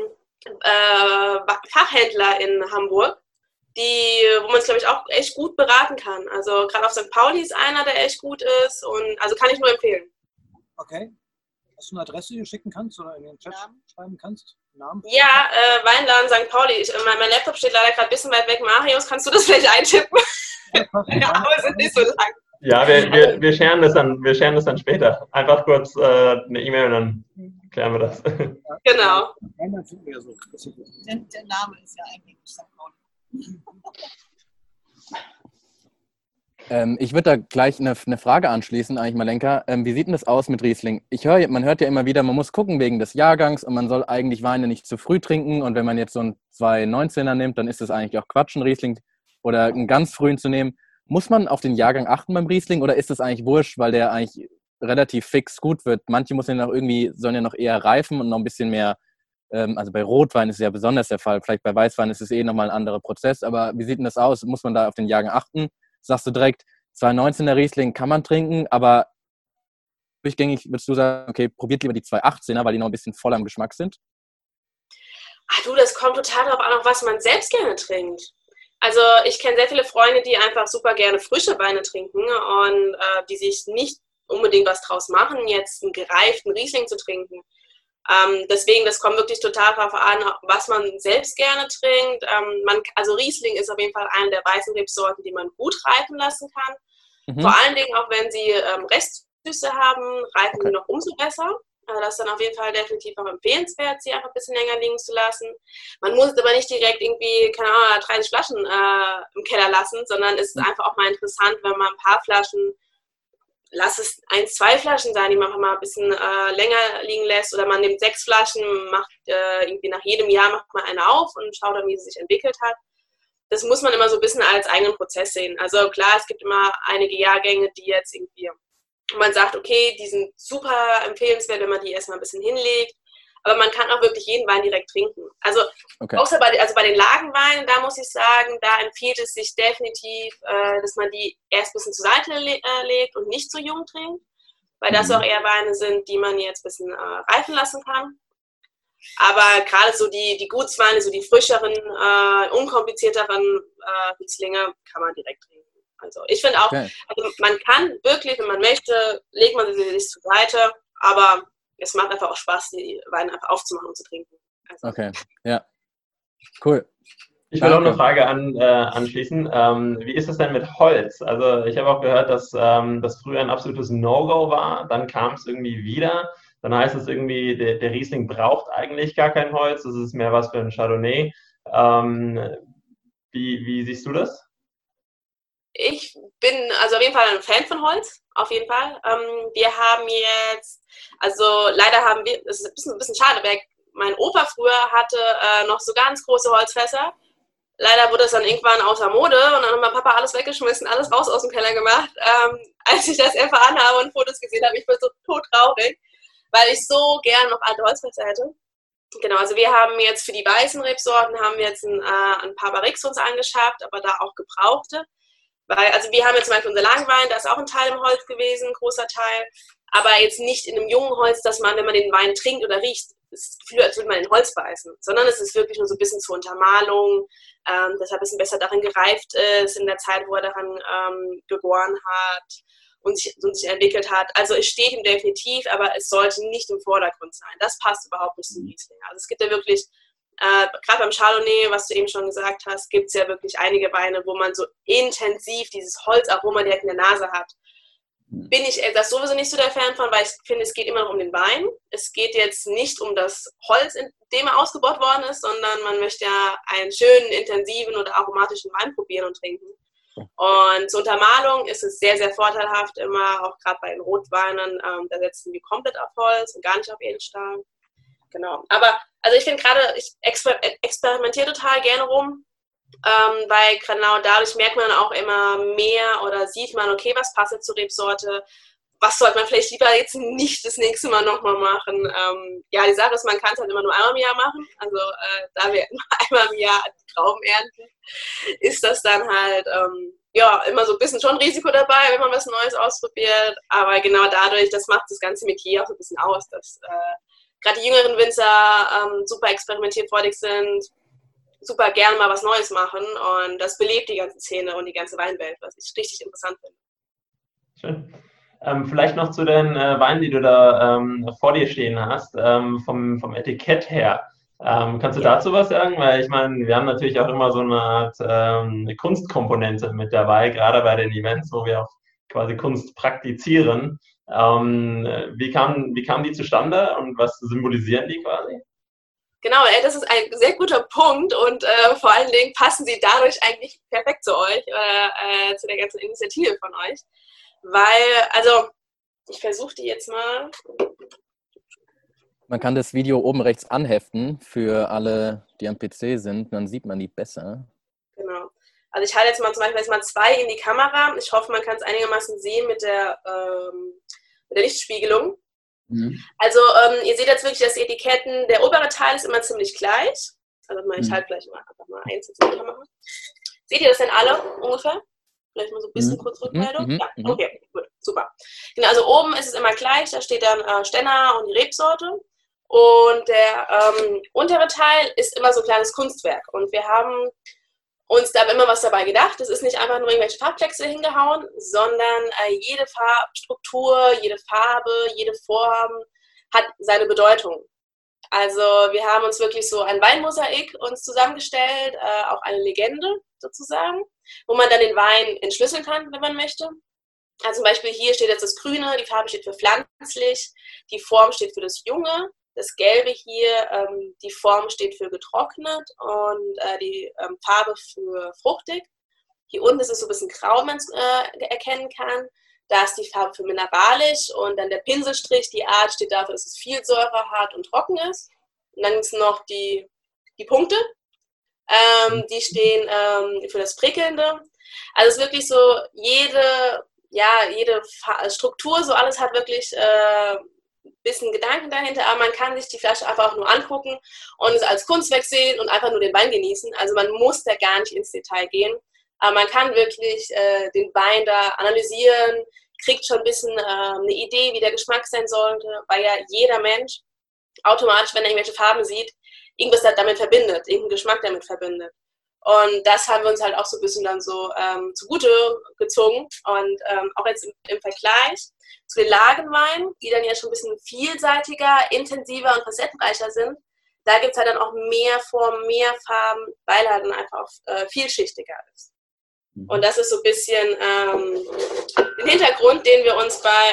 Fachhändler in Hamburg, wo man es, glaube ich, auch echt gut beraten kann. Also gerade auf St. Pauli ist einer, der echt gut ist, und also kann ich nur empfehlen. Okay. Hast du eine Adresse, die du schicken kannst oder in den Chat schreiben kannst? Namen? Ja, Weinladen St. Pauli. Mein Laptop steht leider gerade ein bisschen weit weg. Marius, kannst du das vielleicht eintippen? Ja, aber es ist nicht so lang. Ja, wir scheren das dann später. Einfach kurz eine E-Mail und dann klären wir das. Genau. Der Name ist ja eigentlich St. Pauli. Ich würde da gleich eine Frage anschließen, eigentlich, Malenka. Wie sieht denn das aus mit Riesling? Man hört ja immer wieder, man muss gucken wegen des Jahrgangs und man soll eigentlich Weine nicht zu früh trinken. Und wenn man jetzt so einen 2,19er nimmt, dann ist das eigentlich auch Quatsch, einen Riesling oder einen ganz frühen zu nehmen. Muss man auf den Jahrgang achten beim Riesling oder ist das eigentlich wurscht, weil der eigentlich relativ fix gut wird? Manche sollen ja noch eher reifen und noch ein bisschen mehr, also bei Rotwein ist es ja besonders der Fall, vielleicht bei Weißwein ist es nochmal ein anderer Prozess, aber wie sieht denn das aus? Muss man da auf den Jahrgang achten? Sagst du direkt, 2,19er Riesling kann man trinken, aber durchgängig würdest du sagen, okay, probiert lieber die 2,18er, weil die noch ein bisschen voller im Geschmack sind? Ach du, das kommt total darauf an, was man selbst gerne trinkt. Also ich kenne sehr viele Freunde, die einfach super gerne frische Weine trinken und die sich nicht unbedingt was draus machen, jetzt einen gereiften Riesling zu trinken. Deswegen, das kommt wirklich total darauf an, was man selbst gerne trinkt. Also Riesling ist auf jeden Fall eine der weißen Rebsorten, die man gut reifen lassen kann. Vor allen Dingen auch, wenn sie Restsüße haben, reifen sie noch umso besser. Das ist dann auf jeden Fall definitiv auch empfehlenswert, sie einfach ein bisschen länger liegen zu lassen. Man muss es aber nicht direkt irgendwie, keine Ahnung, 30 Flaschen im Keller lassen, sondern es ist einfach auch mal interessant, wenn man ein paar Flaschen, lass es 1, 2 Flaschen sein, die man einfach mal ein bisschen länger liegen lässt, oder man nimmt 6 Flaschen, macht irgendwie nach jedem Jahr macht man eine auf und schaut dann, wie sie sich entwickelt hat. Das muss man immer so ein bisschen als eigenen Prozess sehen. Also klar, es gibt immer einige Jahrgänge, die jetzt irgendwie, man sagt, okay, die sind super empfehlenswert, wenn man die erstmal ein bisschen hinlegt. Aber man kann auch wirklich jeden Wein direkt trinken. Also außer bei den Lagenweinen, da muss ich sagen, da empfiehlt es sich definitiv, dass man die erst ein bisschen zur Seite legt und nicht zu jung trinkt. Weil das auch eher Weine sind, die man jetzt ein bisschen reifen lassen kann. Aber gerade so die Gutsweine, so die frischeren, unkomplizierteren Rieslinge kann man direkt trinken. Also ich finde auch, also man kann wirklich, wenn man möchte, legt man sie sich zur Seite, aber es macht einfach auch Spaß, die Weine einfach aufzumachen und zu trinken. Also. Okay, ja. Cool. Ich will auch eine Frage anschließen. Wie ist es denn mit Holz? Also ich habe auch gehört, dass das früher ein absolutes No-Go war. Dann kam es irgendwie wieder. Dann heißt es irgendwie, der Riesling braucht eigentlich gar kein Holz. Das ist mehr was für ein Chardonnay. Wie siehst du das? Ich bin also auf jeden Fall ein Fan von Holz, auf jeden Fall. Wir haben jetzt, also leider haben wir, das ist ein bisschen schade, weil mein Opa früher hatte noch so ganz große Holzfässer. Leider wurde es dann irgendwann außer Mode und dann hat mein Papa alles weggeschmissen, alles raus aus dem Keller gemacht. Als ich das erfahren habe und Fotos gesehen habe, ich bin so todtraurig, weil ich so gern noch alte Holzfässer hätte. Genau, also wir haben jetzt für die weißen Rebsorten haben wir jetzt ein paar Barriques uns angeschafft, aber da auch gebrauchte. Weil, also wir haben jetzt zum Beispiel unser Lagenwein, da ist auch ein Teil im Holz gewesen, ein großer Teil, aber jetzt nicht in einem jungen Holz, dass man, wenn man den Wein trinkt oder riecht, das Gefühl, als würde man in Holz beißen, sondern es ist wirklich nur so ein bisschen zur Untermalung, dass er ein bisschen besser darin gereift ist, in der Zeit, wo er daran gegoren hat und sich entwickelt hat. Also es steht ihm definitiv, aber es sollte nicht im Vordergrund sein. Das passt überhaupt nicht zum Riesling. Also es gibt ja wirklich, gerade beim Chardonnay, was du eben schon gesagt hast, gibt es ja wirklich einige Weine, wo man so intensiv dieses Holzaroma direkt in der Nase hat. Bin ich das sowieso nicht so der Fan von, weil ich finde, es geht immer noch um den Wein. Es geht jetzt nicht um das Holz, in dem er ausgebaut worden ist, sondern man möchte ja einen schönen, intensiven oder aromatischen Wein probieren und trinken. Und zur Untermalung ist es sehr, sehr vorteilhaft immer, auch gerade bei den Rotweinen, da setzen wir komplett auf Holz und gar nicht auf Edelstahl. Genau. Aber also ich finde gerade, ich experimentiere total gerne rum, weil genau dadurch merkt man auch immer mehr oder sieht man, okay, was passt jetzt zur Rebsorte, was sollte man vielleicht lieber jetzt nicht das nächste Mal nochmal machen. Ja, die Sache ist, man kann es halt immer nur einmal im Jahr machen, also da wir nur einmal im Jahr die Trauben ernten, ist das dann halt ja immer so ein bisschen schon Risiko dabei, wenn man was Neues ausprobiert, aber genau dadurch, das macht das ganze Metier auch so ein bisschen aus, dass gerade die jüngeren Winzer super experimentierfreudig sind, super gerne mal was Neues machen und das belebt die ganze Szene und die ganze Weinwelt, was ich richtig interessant finde. Schön. Vielleicht noch zu den Weinen, die du da vor dir stehen hast, vom Etikett her. Kannst du dazu was sagen? Weil ich meine, wir haben natürlich auch immer so eine Art Kunstkomponente mit dabei, gerade bei den Events, wo wir auch quasi Kunst praktizieren. Wie kam die zustande und was symbolisieren die quasi? Genau, das ist ein sehr guter Punkt und vor allen Dingen passen sie dadurch eigentlich perfekt zu euch oder zu der ganzen Initiative von euch. Weil, also, ich versuche die jetzt mal. Man kann das Video oben rechts anheften für alle, die am PC sind, dann sieht man die besser. Genau. Also ich halte jetzt mal zum Beispiel mal 2 in die Kamera. Ich hoffe, man kann es einigermaßen sehen mit der Lichtspiegelung. Also ihr seht jetzt wirklich, dass die Etiketten, der obere Teil ist immer ziemlich gleich. Also ich halte gleich mal einfach mal eins in die Kamera. Seht ihr das denn alle ungefähr? Vielleicht mal so ein bisschen kurz Rückmeldung. Ja, okay, gut, super. Genau, also oben ist es immer gleich, da steht dann Stenner und die Rebsorte. Und der untere Teil ist immer so ein kleines Kunstwerk. Und wir haben uns da immer was dabei gedacht. Es ist nicht einfach nur irgendwelche Farbplexe hingehauen, sondern jede Farbstruktur, jede Farbe, jede Form hat seine Bedeutung. Also wir haben uns wirklich so ein Weinmosaik uns zusammengestellt, auch eine Legende sozusagen, wo man dann den Wein entschlüsseln kann, wenn man möchte. Also zum Beispiel hier steht jetzt das Grüne, die Farbe steht für pflanzlich, die Form steht für das Junge, das Gelbe hier, die Form steht für getrocknet und die Farbe für fruchtig. Hier unten ist es so ein bisschen grau, wenn man es erkennen kann. Da ist die Farbe für mineralisch und dann der Pinselstrich, die Art steht dafür, dass es viel Säure hat und trocken ist. Und dann gibt es noch die Punkte, die stehen für das Prickelnde. Also es ist wirklich so, jede Struktur, so alles hat wirklich ein bisschen Gedanken dahinter, aber man kann sich die Flasche einfach auch nur angucken und es als Kunstwerk sehen und einfach nur den Wein genießen. Also man muss da gar nicht ins Detail gehen. Aber man kann wirklich den Wein da analysieren, kriegt schon ein bisschen eine Idee, wie der Geschmack sein sollte, weil ja jeder Mensch automatisch, wenn er irgendwelche Farben sieht, irgendwas damit verbindet, irgendeinen Geschmack damit verbindet. Und das haben wir uns halt auch so ein bisschen dann so zugute gezogen. Und auch jetzt im Vergleich zu den Lagenweinen, die dann ja schon ein bisschen vielseitiger, intensiver und facettenreicher sind, da gibt es halt dann auch mehr Formen, mehr Farben, weil er dann einfach auch vielschichtiger ist. Und das ist so ein bisschen den Hintergrund, den wir uns bei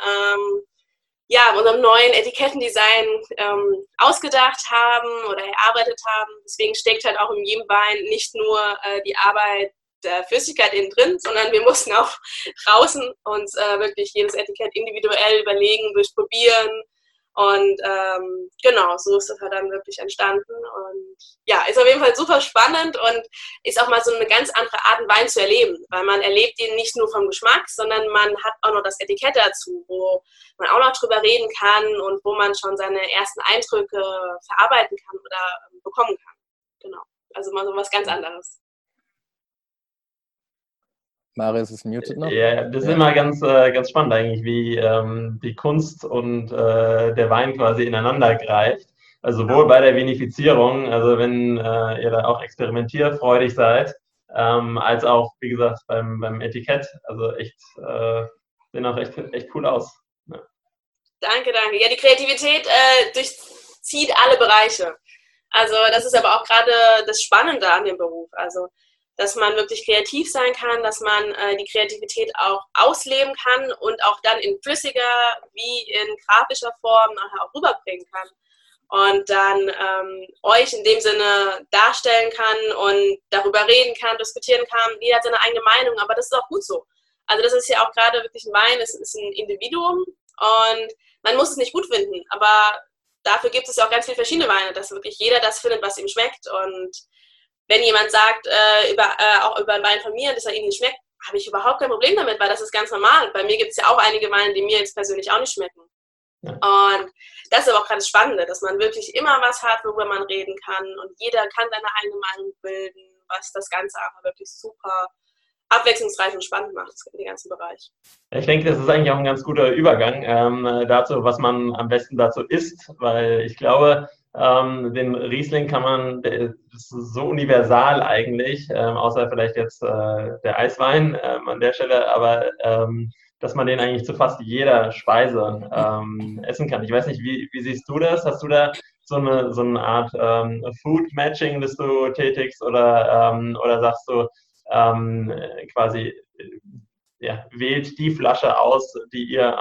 unserem neuen Etikettendesign ausgedacht haben oder erarbeitet haben. Deswegen steckt halt auch in jedem Wein nicht nur die Arbeit der Flüssigkeit innen drin, sondern wir mussten auch draußen uns wirklich jedes Etikett individuell überlegen, durchprobieren. Und genau, so ist das halt dann wirklich entstanden. Und ja, ist auf jeden Fall super spannend und ist auch mal so eine ganz andere Art, Wein zu erleben. Weil man erlebt ihn nicht nur vom Geschmack, sondern man hat auch noch das Etikett dazu, wo man auch noch drüber reden kann und wo man schon seine ersten Eindrücke verarbeiten kann oder bekommen kann. Genau, also mal so was ganz anderes. Marius ist muted noch. Ja, das ist immer ganz spannend eigentlich, wie die Kunst und der Wein quasi ineinander greift. Also sowohl bei der Vinifizierung, also wenn ihr da auch experimentierfreudig seid, als auch, wie gesagt, beim Etikett. Also echt, sehen auch echt cool aus. Ja. Danke. Ja, die Kreativität durchzieht alle Bereiche. Also das ist aber auch gerade das Spannende an dem Beruf. Also dass man wirklich kreativ sein kann, dass man die Kreativität auch ausleben kann und auch dann in flüssiger wie in grafischer Form nachher auch rüberbringen kann. Und dann euch in dem Sinne darstellen kann und darüber reden kann, diskutieren kann. Jeder hat seine eigene Meinung, aber das ist auch gut so. Also das ist ja auch gerade wirklich ein Wein, es ist ein Individuum und man muss es nicht gut finden, aber dafür gibt es ja auch ganz viele verschiedene Weine, dass wirklich jeder das findet, was ihm schmeckt. Und wenn jemand sagt, auch über einen Wein von mir, dass er ihm nicht schmeckt, habe ich überhaupt kein Problem damit, weil das ist ganz normal. Bei mir gibt es ja auch einige Weine, die mir jetzt persönlich auch nicht schmecken. Ja. Und das ist aber auch ganz Spannend, dass man wirklich immer was hat, worüber man reden kann und jeder kann seine eigene Meinung bilden, was das Ganze aber wirklich super abwechslungsreich und spannend macht, den ganzen Bereich. Ich denke, das ist eigentlich auch ein ganz guter Übergang dazu, was man am besten dazu isst, weil ich glaube, den Riesling kann man, das ist so universal eigentlich, außer vielleicht jetzt der Eiswein an der Stelle, aber dass man den eigentlich zu fast jeder Speise essen kann. Ich weiß nicht, wie siehst du das? Hast du da so eine Art Food-Matching, das du tätigst oder sagst du quasi, ja, wählt die Flasche aus, die ihr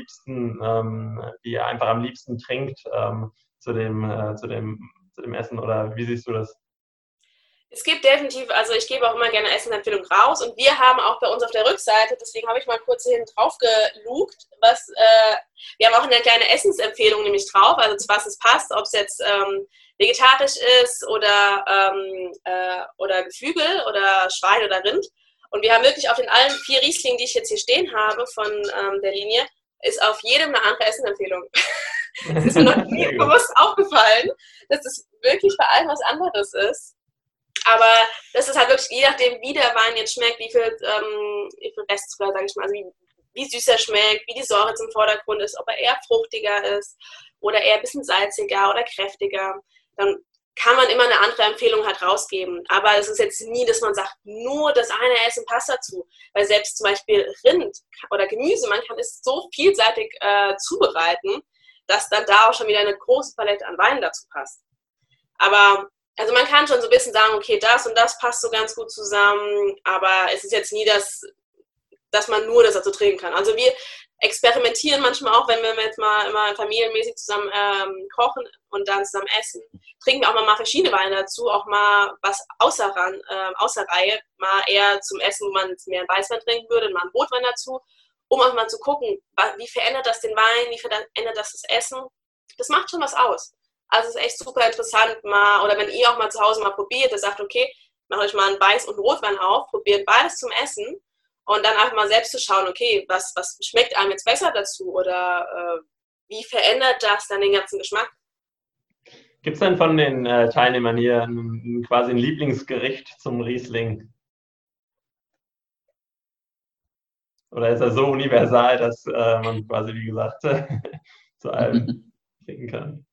einfach am liebsten trinkt zu dem Essen, oder wie siehst du das? Es gibt definitiv, also ich gebe auch immer gerne Essensempfehlungen raus und wir haben auch bei uns auf der Rückseite, deswegen habe ich mal kurz hier drauf gelugt, wir haben auch eine kleine Essensempfehlung nämlich drauf, also zu was es passt, ob es jetzt vegetarisch ist oder Geflügel oder Schwein oder Rind. Und wir haben wirklich auf den allen 4 Rieslingen, die ich jetzt hier stehen habe von der Linie, ist auf jedem eine andere Essensempfehlung. Das ist mir noch nie bewusst aufgefallen, dass es wirklich bei allem was anderes ist. Aber das ist halt wirklich, je nachdem, wie der Wein jetzt schmeckt, wie viel Restzucker, sage ich mal, also wie süß er schmeckt, wie die Säure zum Vordergrund ist, ob er eher fruchtiger ist oder eher ein bisschen salziger oder kräftiger, dann kann man immer eine andere Empfehlung halt rausgeben. Aber es ist jetzt nie, dass man sagt, nur das eine Essen passt dazu. Weil selbst zum Beispiel Rind oder Gemüse, man kann es so vielseitig zubereiten, dass dann da auch schon wieder eine große Palette an Weinen dazu passt. Aber also man kann schon so ein bisschen sagen, okay, das und das passt so ganz gut zusammen, aber es ist jetzt nie dass man nur das dazu trinken kann. Also wir experimentieren manchmal auch, wenn wir jetzt mal immer familienmäßig zusammen kochen und dann zusammen essen, trinken wir auch mal verschiedene Weine dazu, auch mal was außer Reihe, mal eher zum Essen, wo man jetzt mehr einen Weißwein trinken würde, mal einen Rotwein dazu, um auch mal zu gucken, wie verändert das den Wein, wie verändert das Essen. Das macht schon was aus. Also es ist echt super interessant, mal, oder wenn ihr auch mal zu Hause mal probiert, ihr sagt, okay, macht euch mal einen Weiß- und Rotwein auf, probiert beides zum Essen und dann einfach mal selbst zu schauen, okay, was schmeckt einem jetzt besser dazu oder wie verändert das dann den ganzen Geschmack? Gibt es denn von den Teilnehmern hier quasi ein Lieblingsgericht zum Riesling? Oder ist er so universal, dass man quasi, wie gesagt, zu allem trinken kann?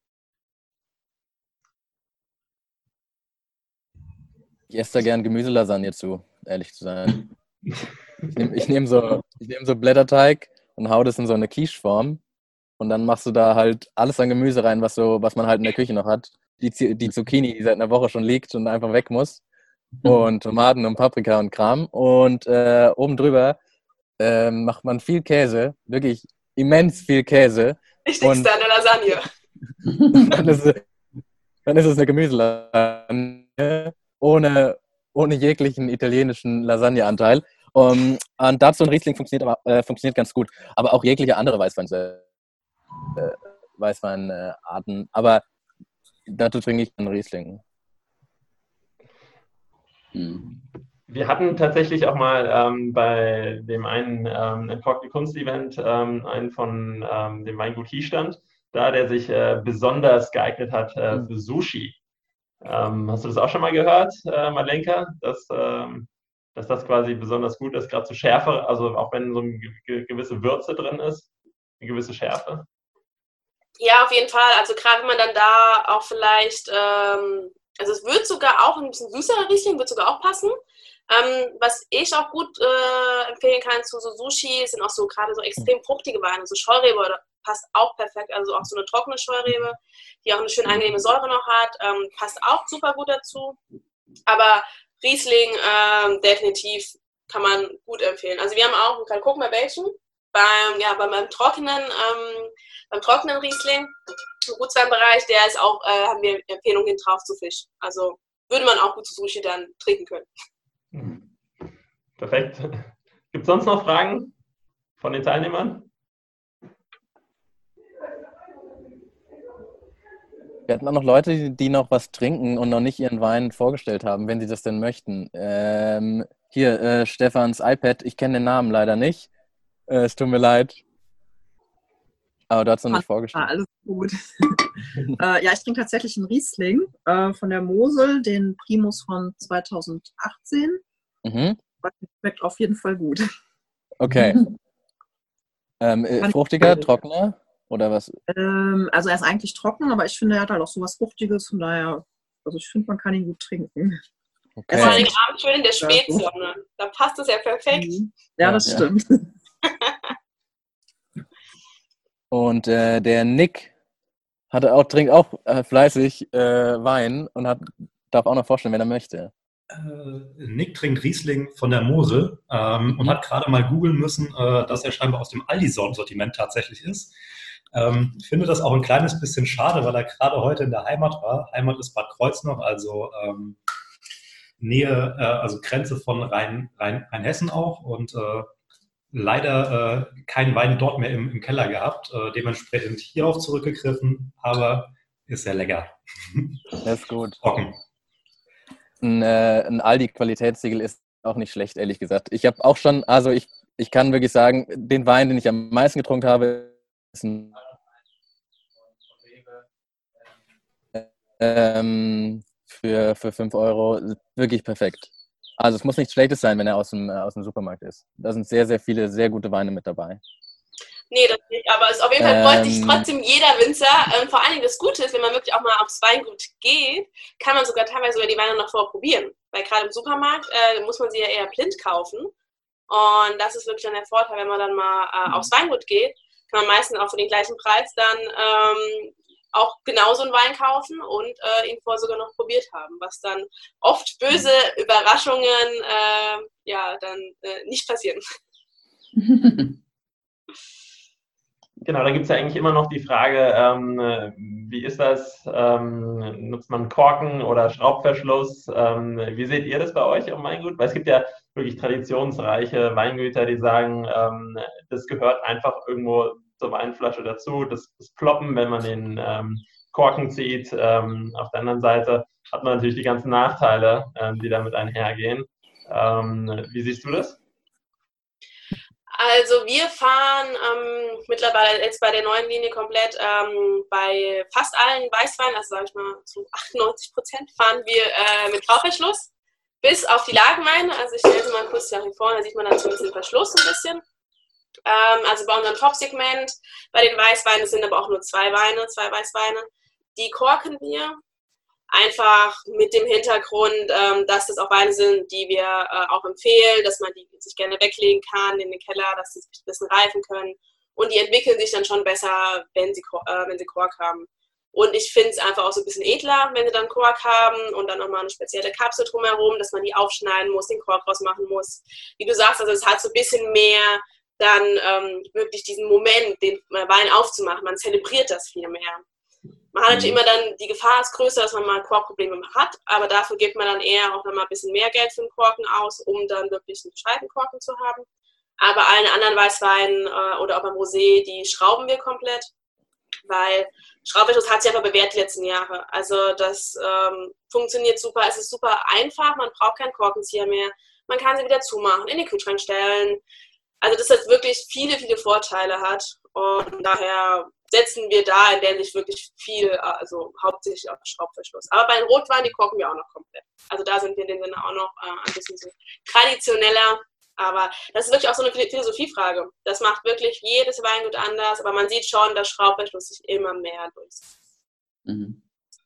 Ich esse da gern Gemüselasagne zu, ehrlich zu sein. Ich nehm so Blätterteig und hau das in so eine Quicheform und dann machst du da halt alles an Gemüse rein, was man halt in der Küche noch hat. Die Zucchini, die seit einer Woche schon liegt und einfach weg muss. Und Tomaten und Paprika und Kram. Und oben drüber macht man viel Käse, wirklich immens viel Käse. Wichtigste an der Lasagne. Dann ist es eine Gemüselasagne ohne jeglichen italienischen Lasagneanteil. Und dazu ein Riesling funktioniert ganz gut. Aber auch jegliche andere Weißweinarten. Aber dazu trinke ich einen Riesling. Wir hatten tatsächlich auch mal bei dem einen Entkorkte Kunst-Event einen von dem Weingut Hiestand, der sich besonders geeignet hat für Sushi. Hast du das auch schon mal gehört, Malenka, dass das quasi besonders gut ist, gerade zu Schärfe, also auch wenn so eine gewisse Würze drin ist, eine gewisse Schärfe? Ja, auf jeden Fall. Also gerade wenn man dann da auch vielleicht, also es wird sogar auch ein bisschen süßerer Riesling, wird sogar auch passen. Was ich auch gut empfehlen kann zu so Sushi, sind auch so gerade so extrem fruchtige Weine, so Scheurebe passt auch perfekt, also auch so eine trockene Scheurebe, die auch eine schön angenehme Säure noch hat, passt auch super gut dazu. Aber Riesling definitiv kann man gut empfehlen. Also wir haben auch, man kann gucken bei welchen, beim trockenen Riesling, im Gutsweinbereich, der ist auch, haben wir Empfehlung hin drauf zu Fisch. Also würde man auch gut zu Sushi dann trinken können. Perfekt. Gibt es sonst noch Fragen von den Teilnehmern? Wir hatten auch noch Leute, die noch was trinken und noch nicht ihren Wein vorgestellt haben, wenn sie das denn möchten. Hier, Stefans iPad, ich kenne den Namen leider nicht. Es tut mir leid. Aber du hast noch nicht vorgestellt. Alles gut. Ja, ich trinke tatsächlich einen Riesling von der Mosel, den Primus von 2018. Schmeckt auf jeden Fall gut. Okay. Fruchtiger, trockener oder was? Also er ist eigentlich trocken, aber ich finde, er hat halt auch so was Fruchtiges. Von daher, also ich finde, man kann ihn gut trinken. Okay. Vor allem abends schön in der Spätsonne. Da passt es ja perfekt. Ja, das stimmt. Und der Nick trinkt auch fleißig Wein und darf auch noch vorstellen, wenn er möchte. Nick trinkt Riesling von der Mosel und hat gerade mal googeln müssen, dass er scheinbar aus dem Aldi-Sortiment tatsächlich ist. Ich finde das auch ein kleines bisschen schade, weil er gerade heute in der Heimat war. Heimat ist Bad Kreuznach, also Nähe, also Grenze von Rheinhessen auch und leider keinen Wein dort mehr im Keller gehabt. Dementsprechend hierauf zurückgegriffen, aber ist sehr lecker. Das ist gut. Trocken. Ein Aldi-Qualitätssiegel ist auch nicht schlecht, ehrlich gesagt. Ich habe auch schon, also ich kann wirklich sagen, den Wein, den ich am meisten getrunken habe, ist ein für 5 € wirklich perfekt. Also es muss nichts Schlechtes sein, wenn er aus dem Supermarkt ist. Da sind sehr, sehr viele, sehr gute Weine mit dabei. Nee, das nicht, aber es ist auf jeden Fall freut sich trotzdem jeder Winzer. Vor allen Dingen das Gute ist, wenn man wirklich auch mal aufs Weingut geht, kann man sogar teilweise die Weine noch vorprobieren. Weil gerade im Supermarkt muss man sie ja eher blind kaufen. Und das ist wirklich dann der Vorteil, wenn man dann mal aufs Weingut geht. kann man meistens auch für den gleichen Preis dann auch genauso einen Wein kaufen und ihn vorher sogar noch probiert haben, was dann oft böse Überraschungen dann nicht passieren. Genau, da gibt es ja eigentlich immer noch die Frage, wie ist das, nutzt man Korken oder Schraubverschluss? Wie seht ihr das bei euch im Weingut? Weil es gibt ja wirklich traditionsreiche Weingüter, die sagen, das gehört einfach irgendwo zur Weinflasche dazu, das Ploppen, wenn man den Korken zieht. Auf der anderen Seite hat man natürlich die ganzen Nachteile, die damit einhergehen. Wie siehst du das? Also wir fahren mittlerweile jetzt bei der neuen Linie komplett bei fast allen Weißweinen, also sage ich mal zu 98%, fahren wir mit Schraubverschluss, bis auf die Lagenweine. Also ich stelle sie mal kurz hier vorne, da sieht man dann zumindest den Verschluss ein bisschen. Also bei unserem Top-Segment, bei den Weißweinen, es sind aber auch nur zwei Weißweine, die korken wir. Einfach mit dem Hintergrund, dass das auch Weine sind, die wir auch empfehlen, dass man die sich gerne weglegen kann in den Keller, dass sie ein bisschen reifen können. Und die entwickeln sich dann schon besser, wenn sie Kork haben. Und ich finde es einfach auch so ein bisschen edler, wenn sie dann Kork haben und dann nochmal eine spezielle Kapsel drumherum, dass man die aufschneiden muss, den Kork rausmachen muss. Wie du sagst, also es hat so ein bisschen mehr dann wirklich diesen Moment, den Wein aufzumachen. Man zelebriert das viel mehr. Man hat natürlich immer dann, die Gefahr ist größer, dass man mal Korkprobleme hat, aber dafür gibt man dann eher auch nochmal ein bisschen mehr Geld für den Korken aus, um dann wirklich einen gescheiten Korken zu haben. Aber allen anderen Weißweinen oder auch beim Rosé, die schrauben wir komplett, weil Schraubverschluss hat sich einfach bewährt die letzten Jahre. Also das funktioniert super, es ist super einfach, man braucht keinen Korkenzieher mehr, man kann sie wieder zumachen, in den Kühlschrank stellen. Also das hat wirklich viele, viele Vorteile hat und daher setzen wir da in der Sicht wirklich viel, also hauptsächlich auf Schraubverschluss. Aber bei den Rotweinen, die kochen wir auch noch komplett. Also da sind wir in dem Sinne auch noch ein bisschen so traditioneller. Aber das ist wirklich auch so eine Philosophiefrage. Das macht wirklich jedes Weingut anders, aber man sieht schon, dass Schraubverschluss sich immer mehr durchsetzt. Mhm.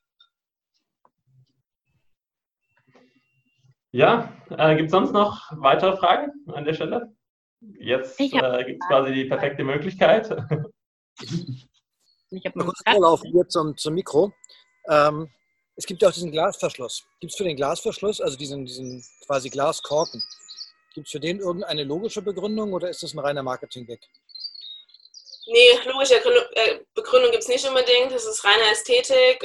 Ja, gibt es sonst noch weitere Fragen an der Stelle? Jetzt gibt es quasi die perfekte Möglichkeit. Ich habe mal kurz Vorlauf hier zum Mikro. Es gibt ja auch diesen Glasverschluss. Gibt es für den Glasverschluss, also diesen quasi Glaskorken, gibt es für den irgendeine logische Begründung oder ist das ein reiner Marketing-Gag? Nee, logische Begründung gibt es nicht unbedingt. Das ist reine Ästhetik.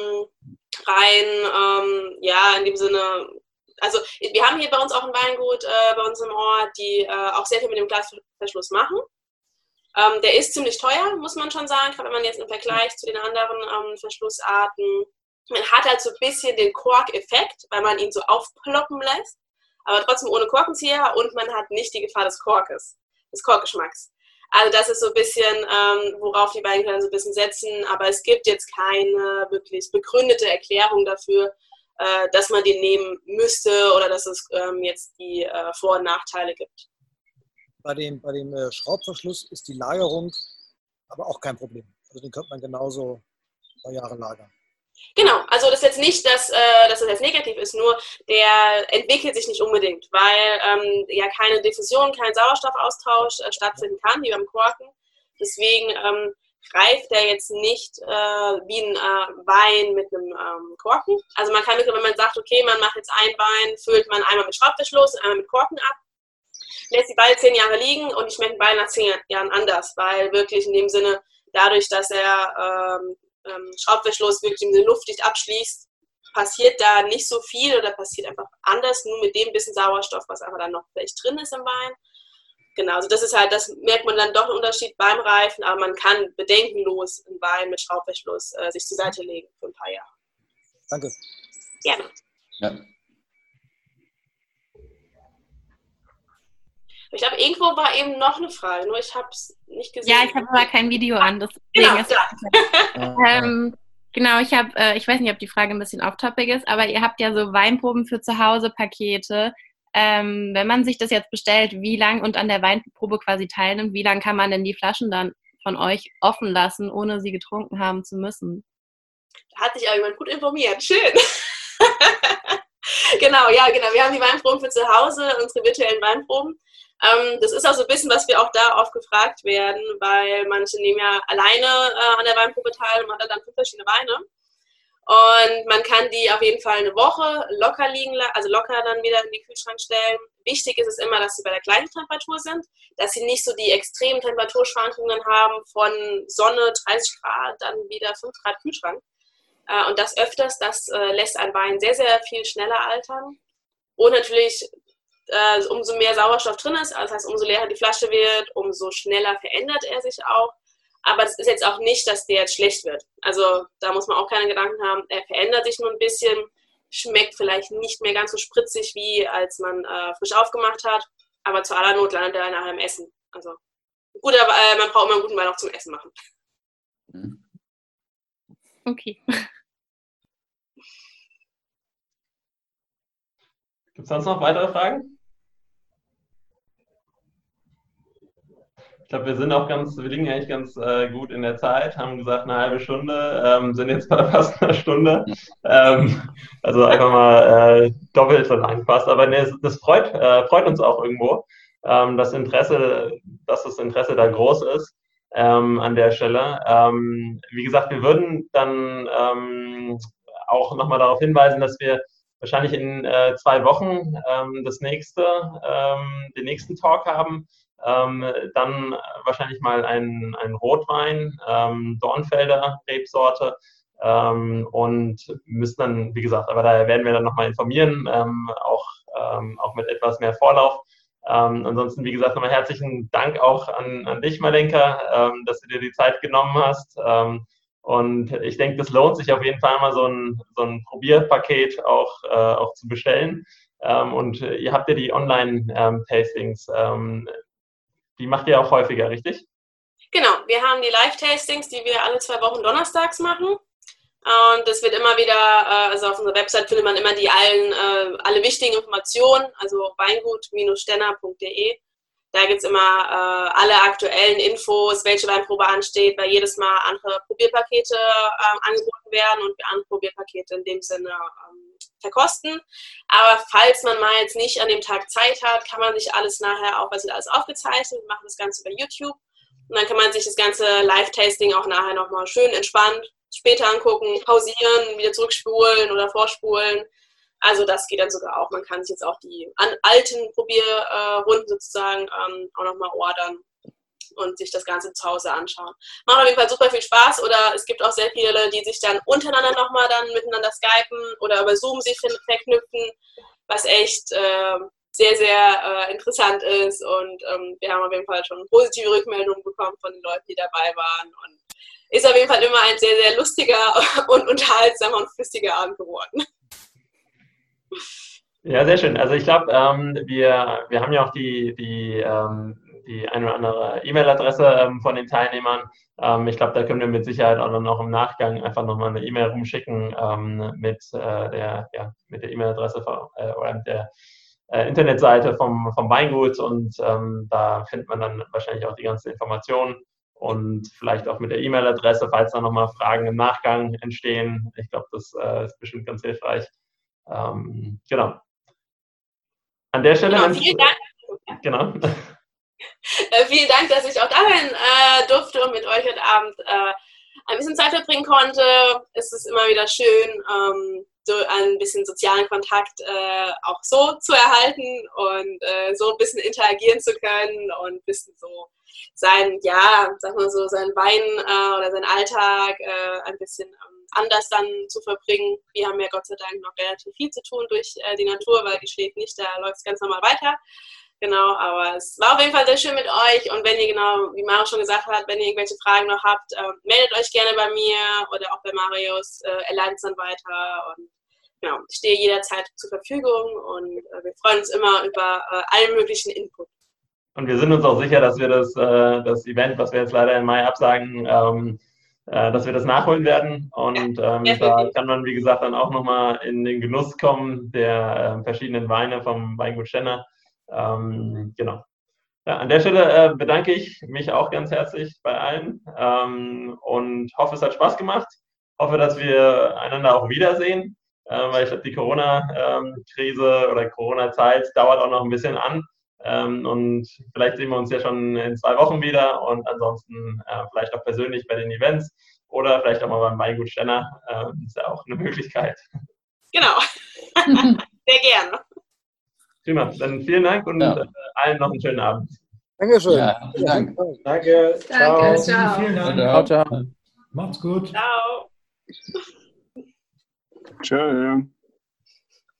In dem Sinne, also wir haben hier bei uns auch ein Weingut bei uns im Ort, die auch sehr viel mit dem Glasverschluss machen. Der ist ziemlich teuer, muss man schon sagen, gerade wenn man jetzt im Vergleich zu den anderen Verschlussarten, man hat halt so ein bisschen den Korkeffekt, weil man ihn so aufploppen lässt, aber trotzdem ohne Korkenzieher und man hat nicht die Gefahr des Korkgeschmacks. Also das ist so ein bisschen, worauf die beiden dann so ein bisschen setzen, aber es gibt jetzt keine wirklich begründete Erklärung dafür, dass man den nehmen müsste oder dass es jetzt die Vor- und Nachteile gibt. Bei dem Schraubverschluss ist die Lagerung aber auch kein Problem. Also den könnte man genauso ein paar Jahre lagern. Genau, also das ist jetzt nicht, dass das jetzt negativ ist, nur der entwickelt sich nicht unbedingt, weil keine Diffusion, kein Sauerstoffaustausch stattfinden kann, wie beim Korken. Deswegen reift der jetzt nicht wie ein Wein mit einem Korken. Also man kann wirklich, wenn man sagt, okay, man macht jetzt einen Wein, füllt man einmal mit Schraubverschluss, einmal mit Korken ab, lässt die beide 10 Jahre liegen und die schmecken beide nach 10 Jahren anders, weil wirklich in dem Sinne, dadurch, dass er Schraubverschluss wirklich in luftdicht abschließt, passiert da nicht so viel oder passiert einfach anders, nur mit dem bisschen Sauerstoff, was einfach dann noch vielleicht drin ist im Wein. Genau, also das merkt man dann doch einen Unterschied beim Reifen, aber man kann bedenkenlos einen Wein mit Schraubverschluss sich zur Seite legen für ein paar Jahre. Danke. Gerne. Ja. Ich glaube, irgendwo war eben noch eine Frage, nur ich habe es nicht gesehen. Ja, ich habe aber kein Video an. Genau, genau, ich weiß nicht, ob die Frage ein bisschen off-topic ist, aber ihr habt ja so Weinproben für zu Hause, Pakete. Wenn man sich das jetzt bestellt, wie lang und an der Weinprobe quasi teilnimmt, wie lang kann man denn die Flaschen dann von euch offen lassen, ohne sie getrunken haben zu müssen? Da hat sich aber jemand gut informiert. Schön. Genau. Wir haben die Weinproben für zu Hause, unsere virtuellen Weinproben. Das ist auch so ein bisschen, was wir auch da oft gefragt werden, weil manche nehmen ja alleine an der Weinprobe teil und hat dann 5 verschiedene Weine. Und man kann die auf jeden Fall eine Woche locker liegen, also locker dann wieder in den Kühlschrank stellen. Wichtig ist es immer, dass sie bei der gleichen Temperatur sind, dass sie nicht so die extremen Temperaturschwankungen haben von Sonne 30 Grad, dann wieder 5 Grad Kühlschrank. Und das öfters, das lässt ein Wein sehr, sehr viel schneller altern. Und natürlich, umso mehr Sauerstoff drin ist, das heißt, umso leerer die Flasche wird, umso schneller verändert er sich auch. Aber es ist jetzt auch nicht, dass der jetzt schlecht wird. Also da muss man auch keine Gedanken haben. Er verändert sich nur ein bisschen, schmeckt vielleicht nicht mehr ganz so spritzig, wie als man frisch aufgemacht hat. Aber zu aller Not landet er nachher im Essen. Also gut, aber man braucht immer einen guten Wein auch zum Essen machen. Okay. Gibt es sonst noch weitere Fragen? Ich glaube, wir liegen eigentlich ganz gut in der Zeit, haben gesagt eine halbe Stunde, sind jetzt bei fast einer Stunde. Also einfach mal doppelt so lang fast. Aber nee, das freut uns auch irgendwo, dass das Interesse da groß ist an der Stelle. Wie gesagt, wir würden dann auch nochmal darauf hinweisen, dass wir wahrscheinlich in 2 Wochen den nächsten Talk haben. Dann wahrscheinlich mal ein Rotwein, Dornfelder Rebsorte und müssen dann, wie gesagt, aber da werden wir dann nochmal informieren, auch mit etwas mehr Vorlauf. Ansonsten, wie gesagt, nochmal herzlichen Dank auch an dich, Malenka, dass du dir die Zeit genommen hast. Und ich denke, das lohnt sich auf jeden Fall mal so ein Probierpaket auch zu bestellen. Und ihr habt ja die Online-Tastings. Die macht ihr auch häufiger, richtig? Genau, wir haben die Live-Tastings, die wir alle 2 Wochen donnerstags machen. Und das wird immer wieder, also auf unserer Website findet man immer alle wichtigen Informationen, also weingut-stenner.de. Da gibt es immer alle aktuellen Infos, welche Weinprobe ansteht, weil jedes Mal andere Probierpakete angeboten werden und wir andere Probierpakete in dem Sinne verkosten. Aber falls man mal jetzt nicht an dem Tag Zeit hat, kann man sich alles nachher auch, alles aufgezeichnet, wir machen das Ganze über YouTube und dann kann man sich das ganze Live-Tasting auch nachher nochmal schön entspannt später angucken, pausieren, wieder zurückspulen oder vorspulen. Also das geht dann sogar auch. Man kann sich jetzt auch die alten Probierrunden sozusagen auch nochmal ordern und sich das Ganze zu Hause anschauen. Macht auf jeden Fall super viel Spaß oder es gibt auch sehr viele, die sich dann untereinander nochmal dann miteinander skypen oder über Zoom sich verknüpfen, was echt sehr, sehr interessant ist und wir haben auf jeden Fall schon positive Rückmeldungen bekommen von den Leuten, die dabei waren und ist auf jeden Fall immer ein sehr, sehr lustiger und unterhaltsamer und flüssiger Abend geworden. Ja, sehr schön. Also ich glaube, wir haben ja auch die eine oder andere E-Mail-Adresse von den Teilnehmern. Ich glaube, da können wir mit Sicherheit auch dann noch im Nachgang einfach nochmal eine E-Mail rumschicken mit der E-Mail-Adresse oder mit der Internetseite vom Weingut und da findet man dann wahrscheinlich auch die ganzen Informationen. Und vielleicht auch mit der E-Mail-Adresse, falls da nochmal Fragen im Nachgang entstehen. Ich glaube, das ist bestimmt ganz hilfreich. Genau. An der Stelle... Genau, vielen Dank. Genau. Vielen Dank, dass ich auch da sein durfte und mit euch heute Abend ein bisschen Zeit verbringen konnte. Es ist immer wieder schön, so ein bisschen sozialen Kontakt auch so zu erhalten und so ein bisschen interagieren zu können und ein bisschen so seinen Wein oder seinen Alltag ein bisschen anders dann zu verbringen. Wir haben ja Gott sei Dank noch relativ viel zu tun durch die Natur, weil die schläft nicht, da läuft es ganz normal weiter. Genau, aber es war auf jeden Fall sehr schön mit euch und wenn ihr genau, wie Mario schon gesagt hat, wenn ihr irgendwelche Fragen noch habt, meldet euch gerne bei mir oder auch bei Marius, er leitet es dann weiter und genau, ich stehe jederzeit zur Verfügung und wir freuen uns immer über allen möglichen Input. Und wir sind uns auch sicher, dass wir das Event, was wir jetzt leider im Mai absagen, dass wir das nachholen werden. Und da kann man, wie gesagt, dann auch nochmal in den Genuss kommen der verschiedenen Weine vom Weingut Stenner. Genau. Ja, an der Stelle bedanke ich mich auch ganz herzlich bei allen und hoffe, es hat Spaß gemacht. Hoffe, dass wir einander auch wiedersehen, weil ich glaube, die Corona-Krise oder Corona-Zeit dauert auch noch ein bisschen an. Und vielleicht sehen wir uns ja schon in 2 Wochen wieder und ansonsten vielleicht auch persönlich bei den Events oder vielleicht auch mal beim Weingut Stenner. Ist ja auch eine Möglichkeit. Genau. Sehr gerne. Prima. Dann vielen Dank und allen noch einen schönen Abend. Dankeschön. Ja, vielen Dank. Danke. Danke, Ciao. ciao. Vielen Dank. Ciao, ciao. Macht's gut. Ciao. Tschö.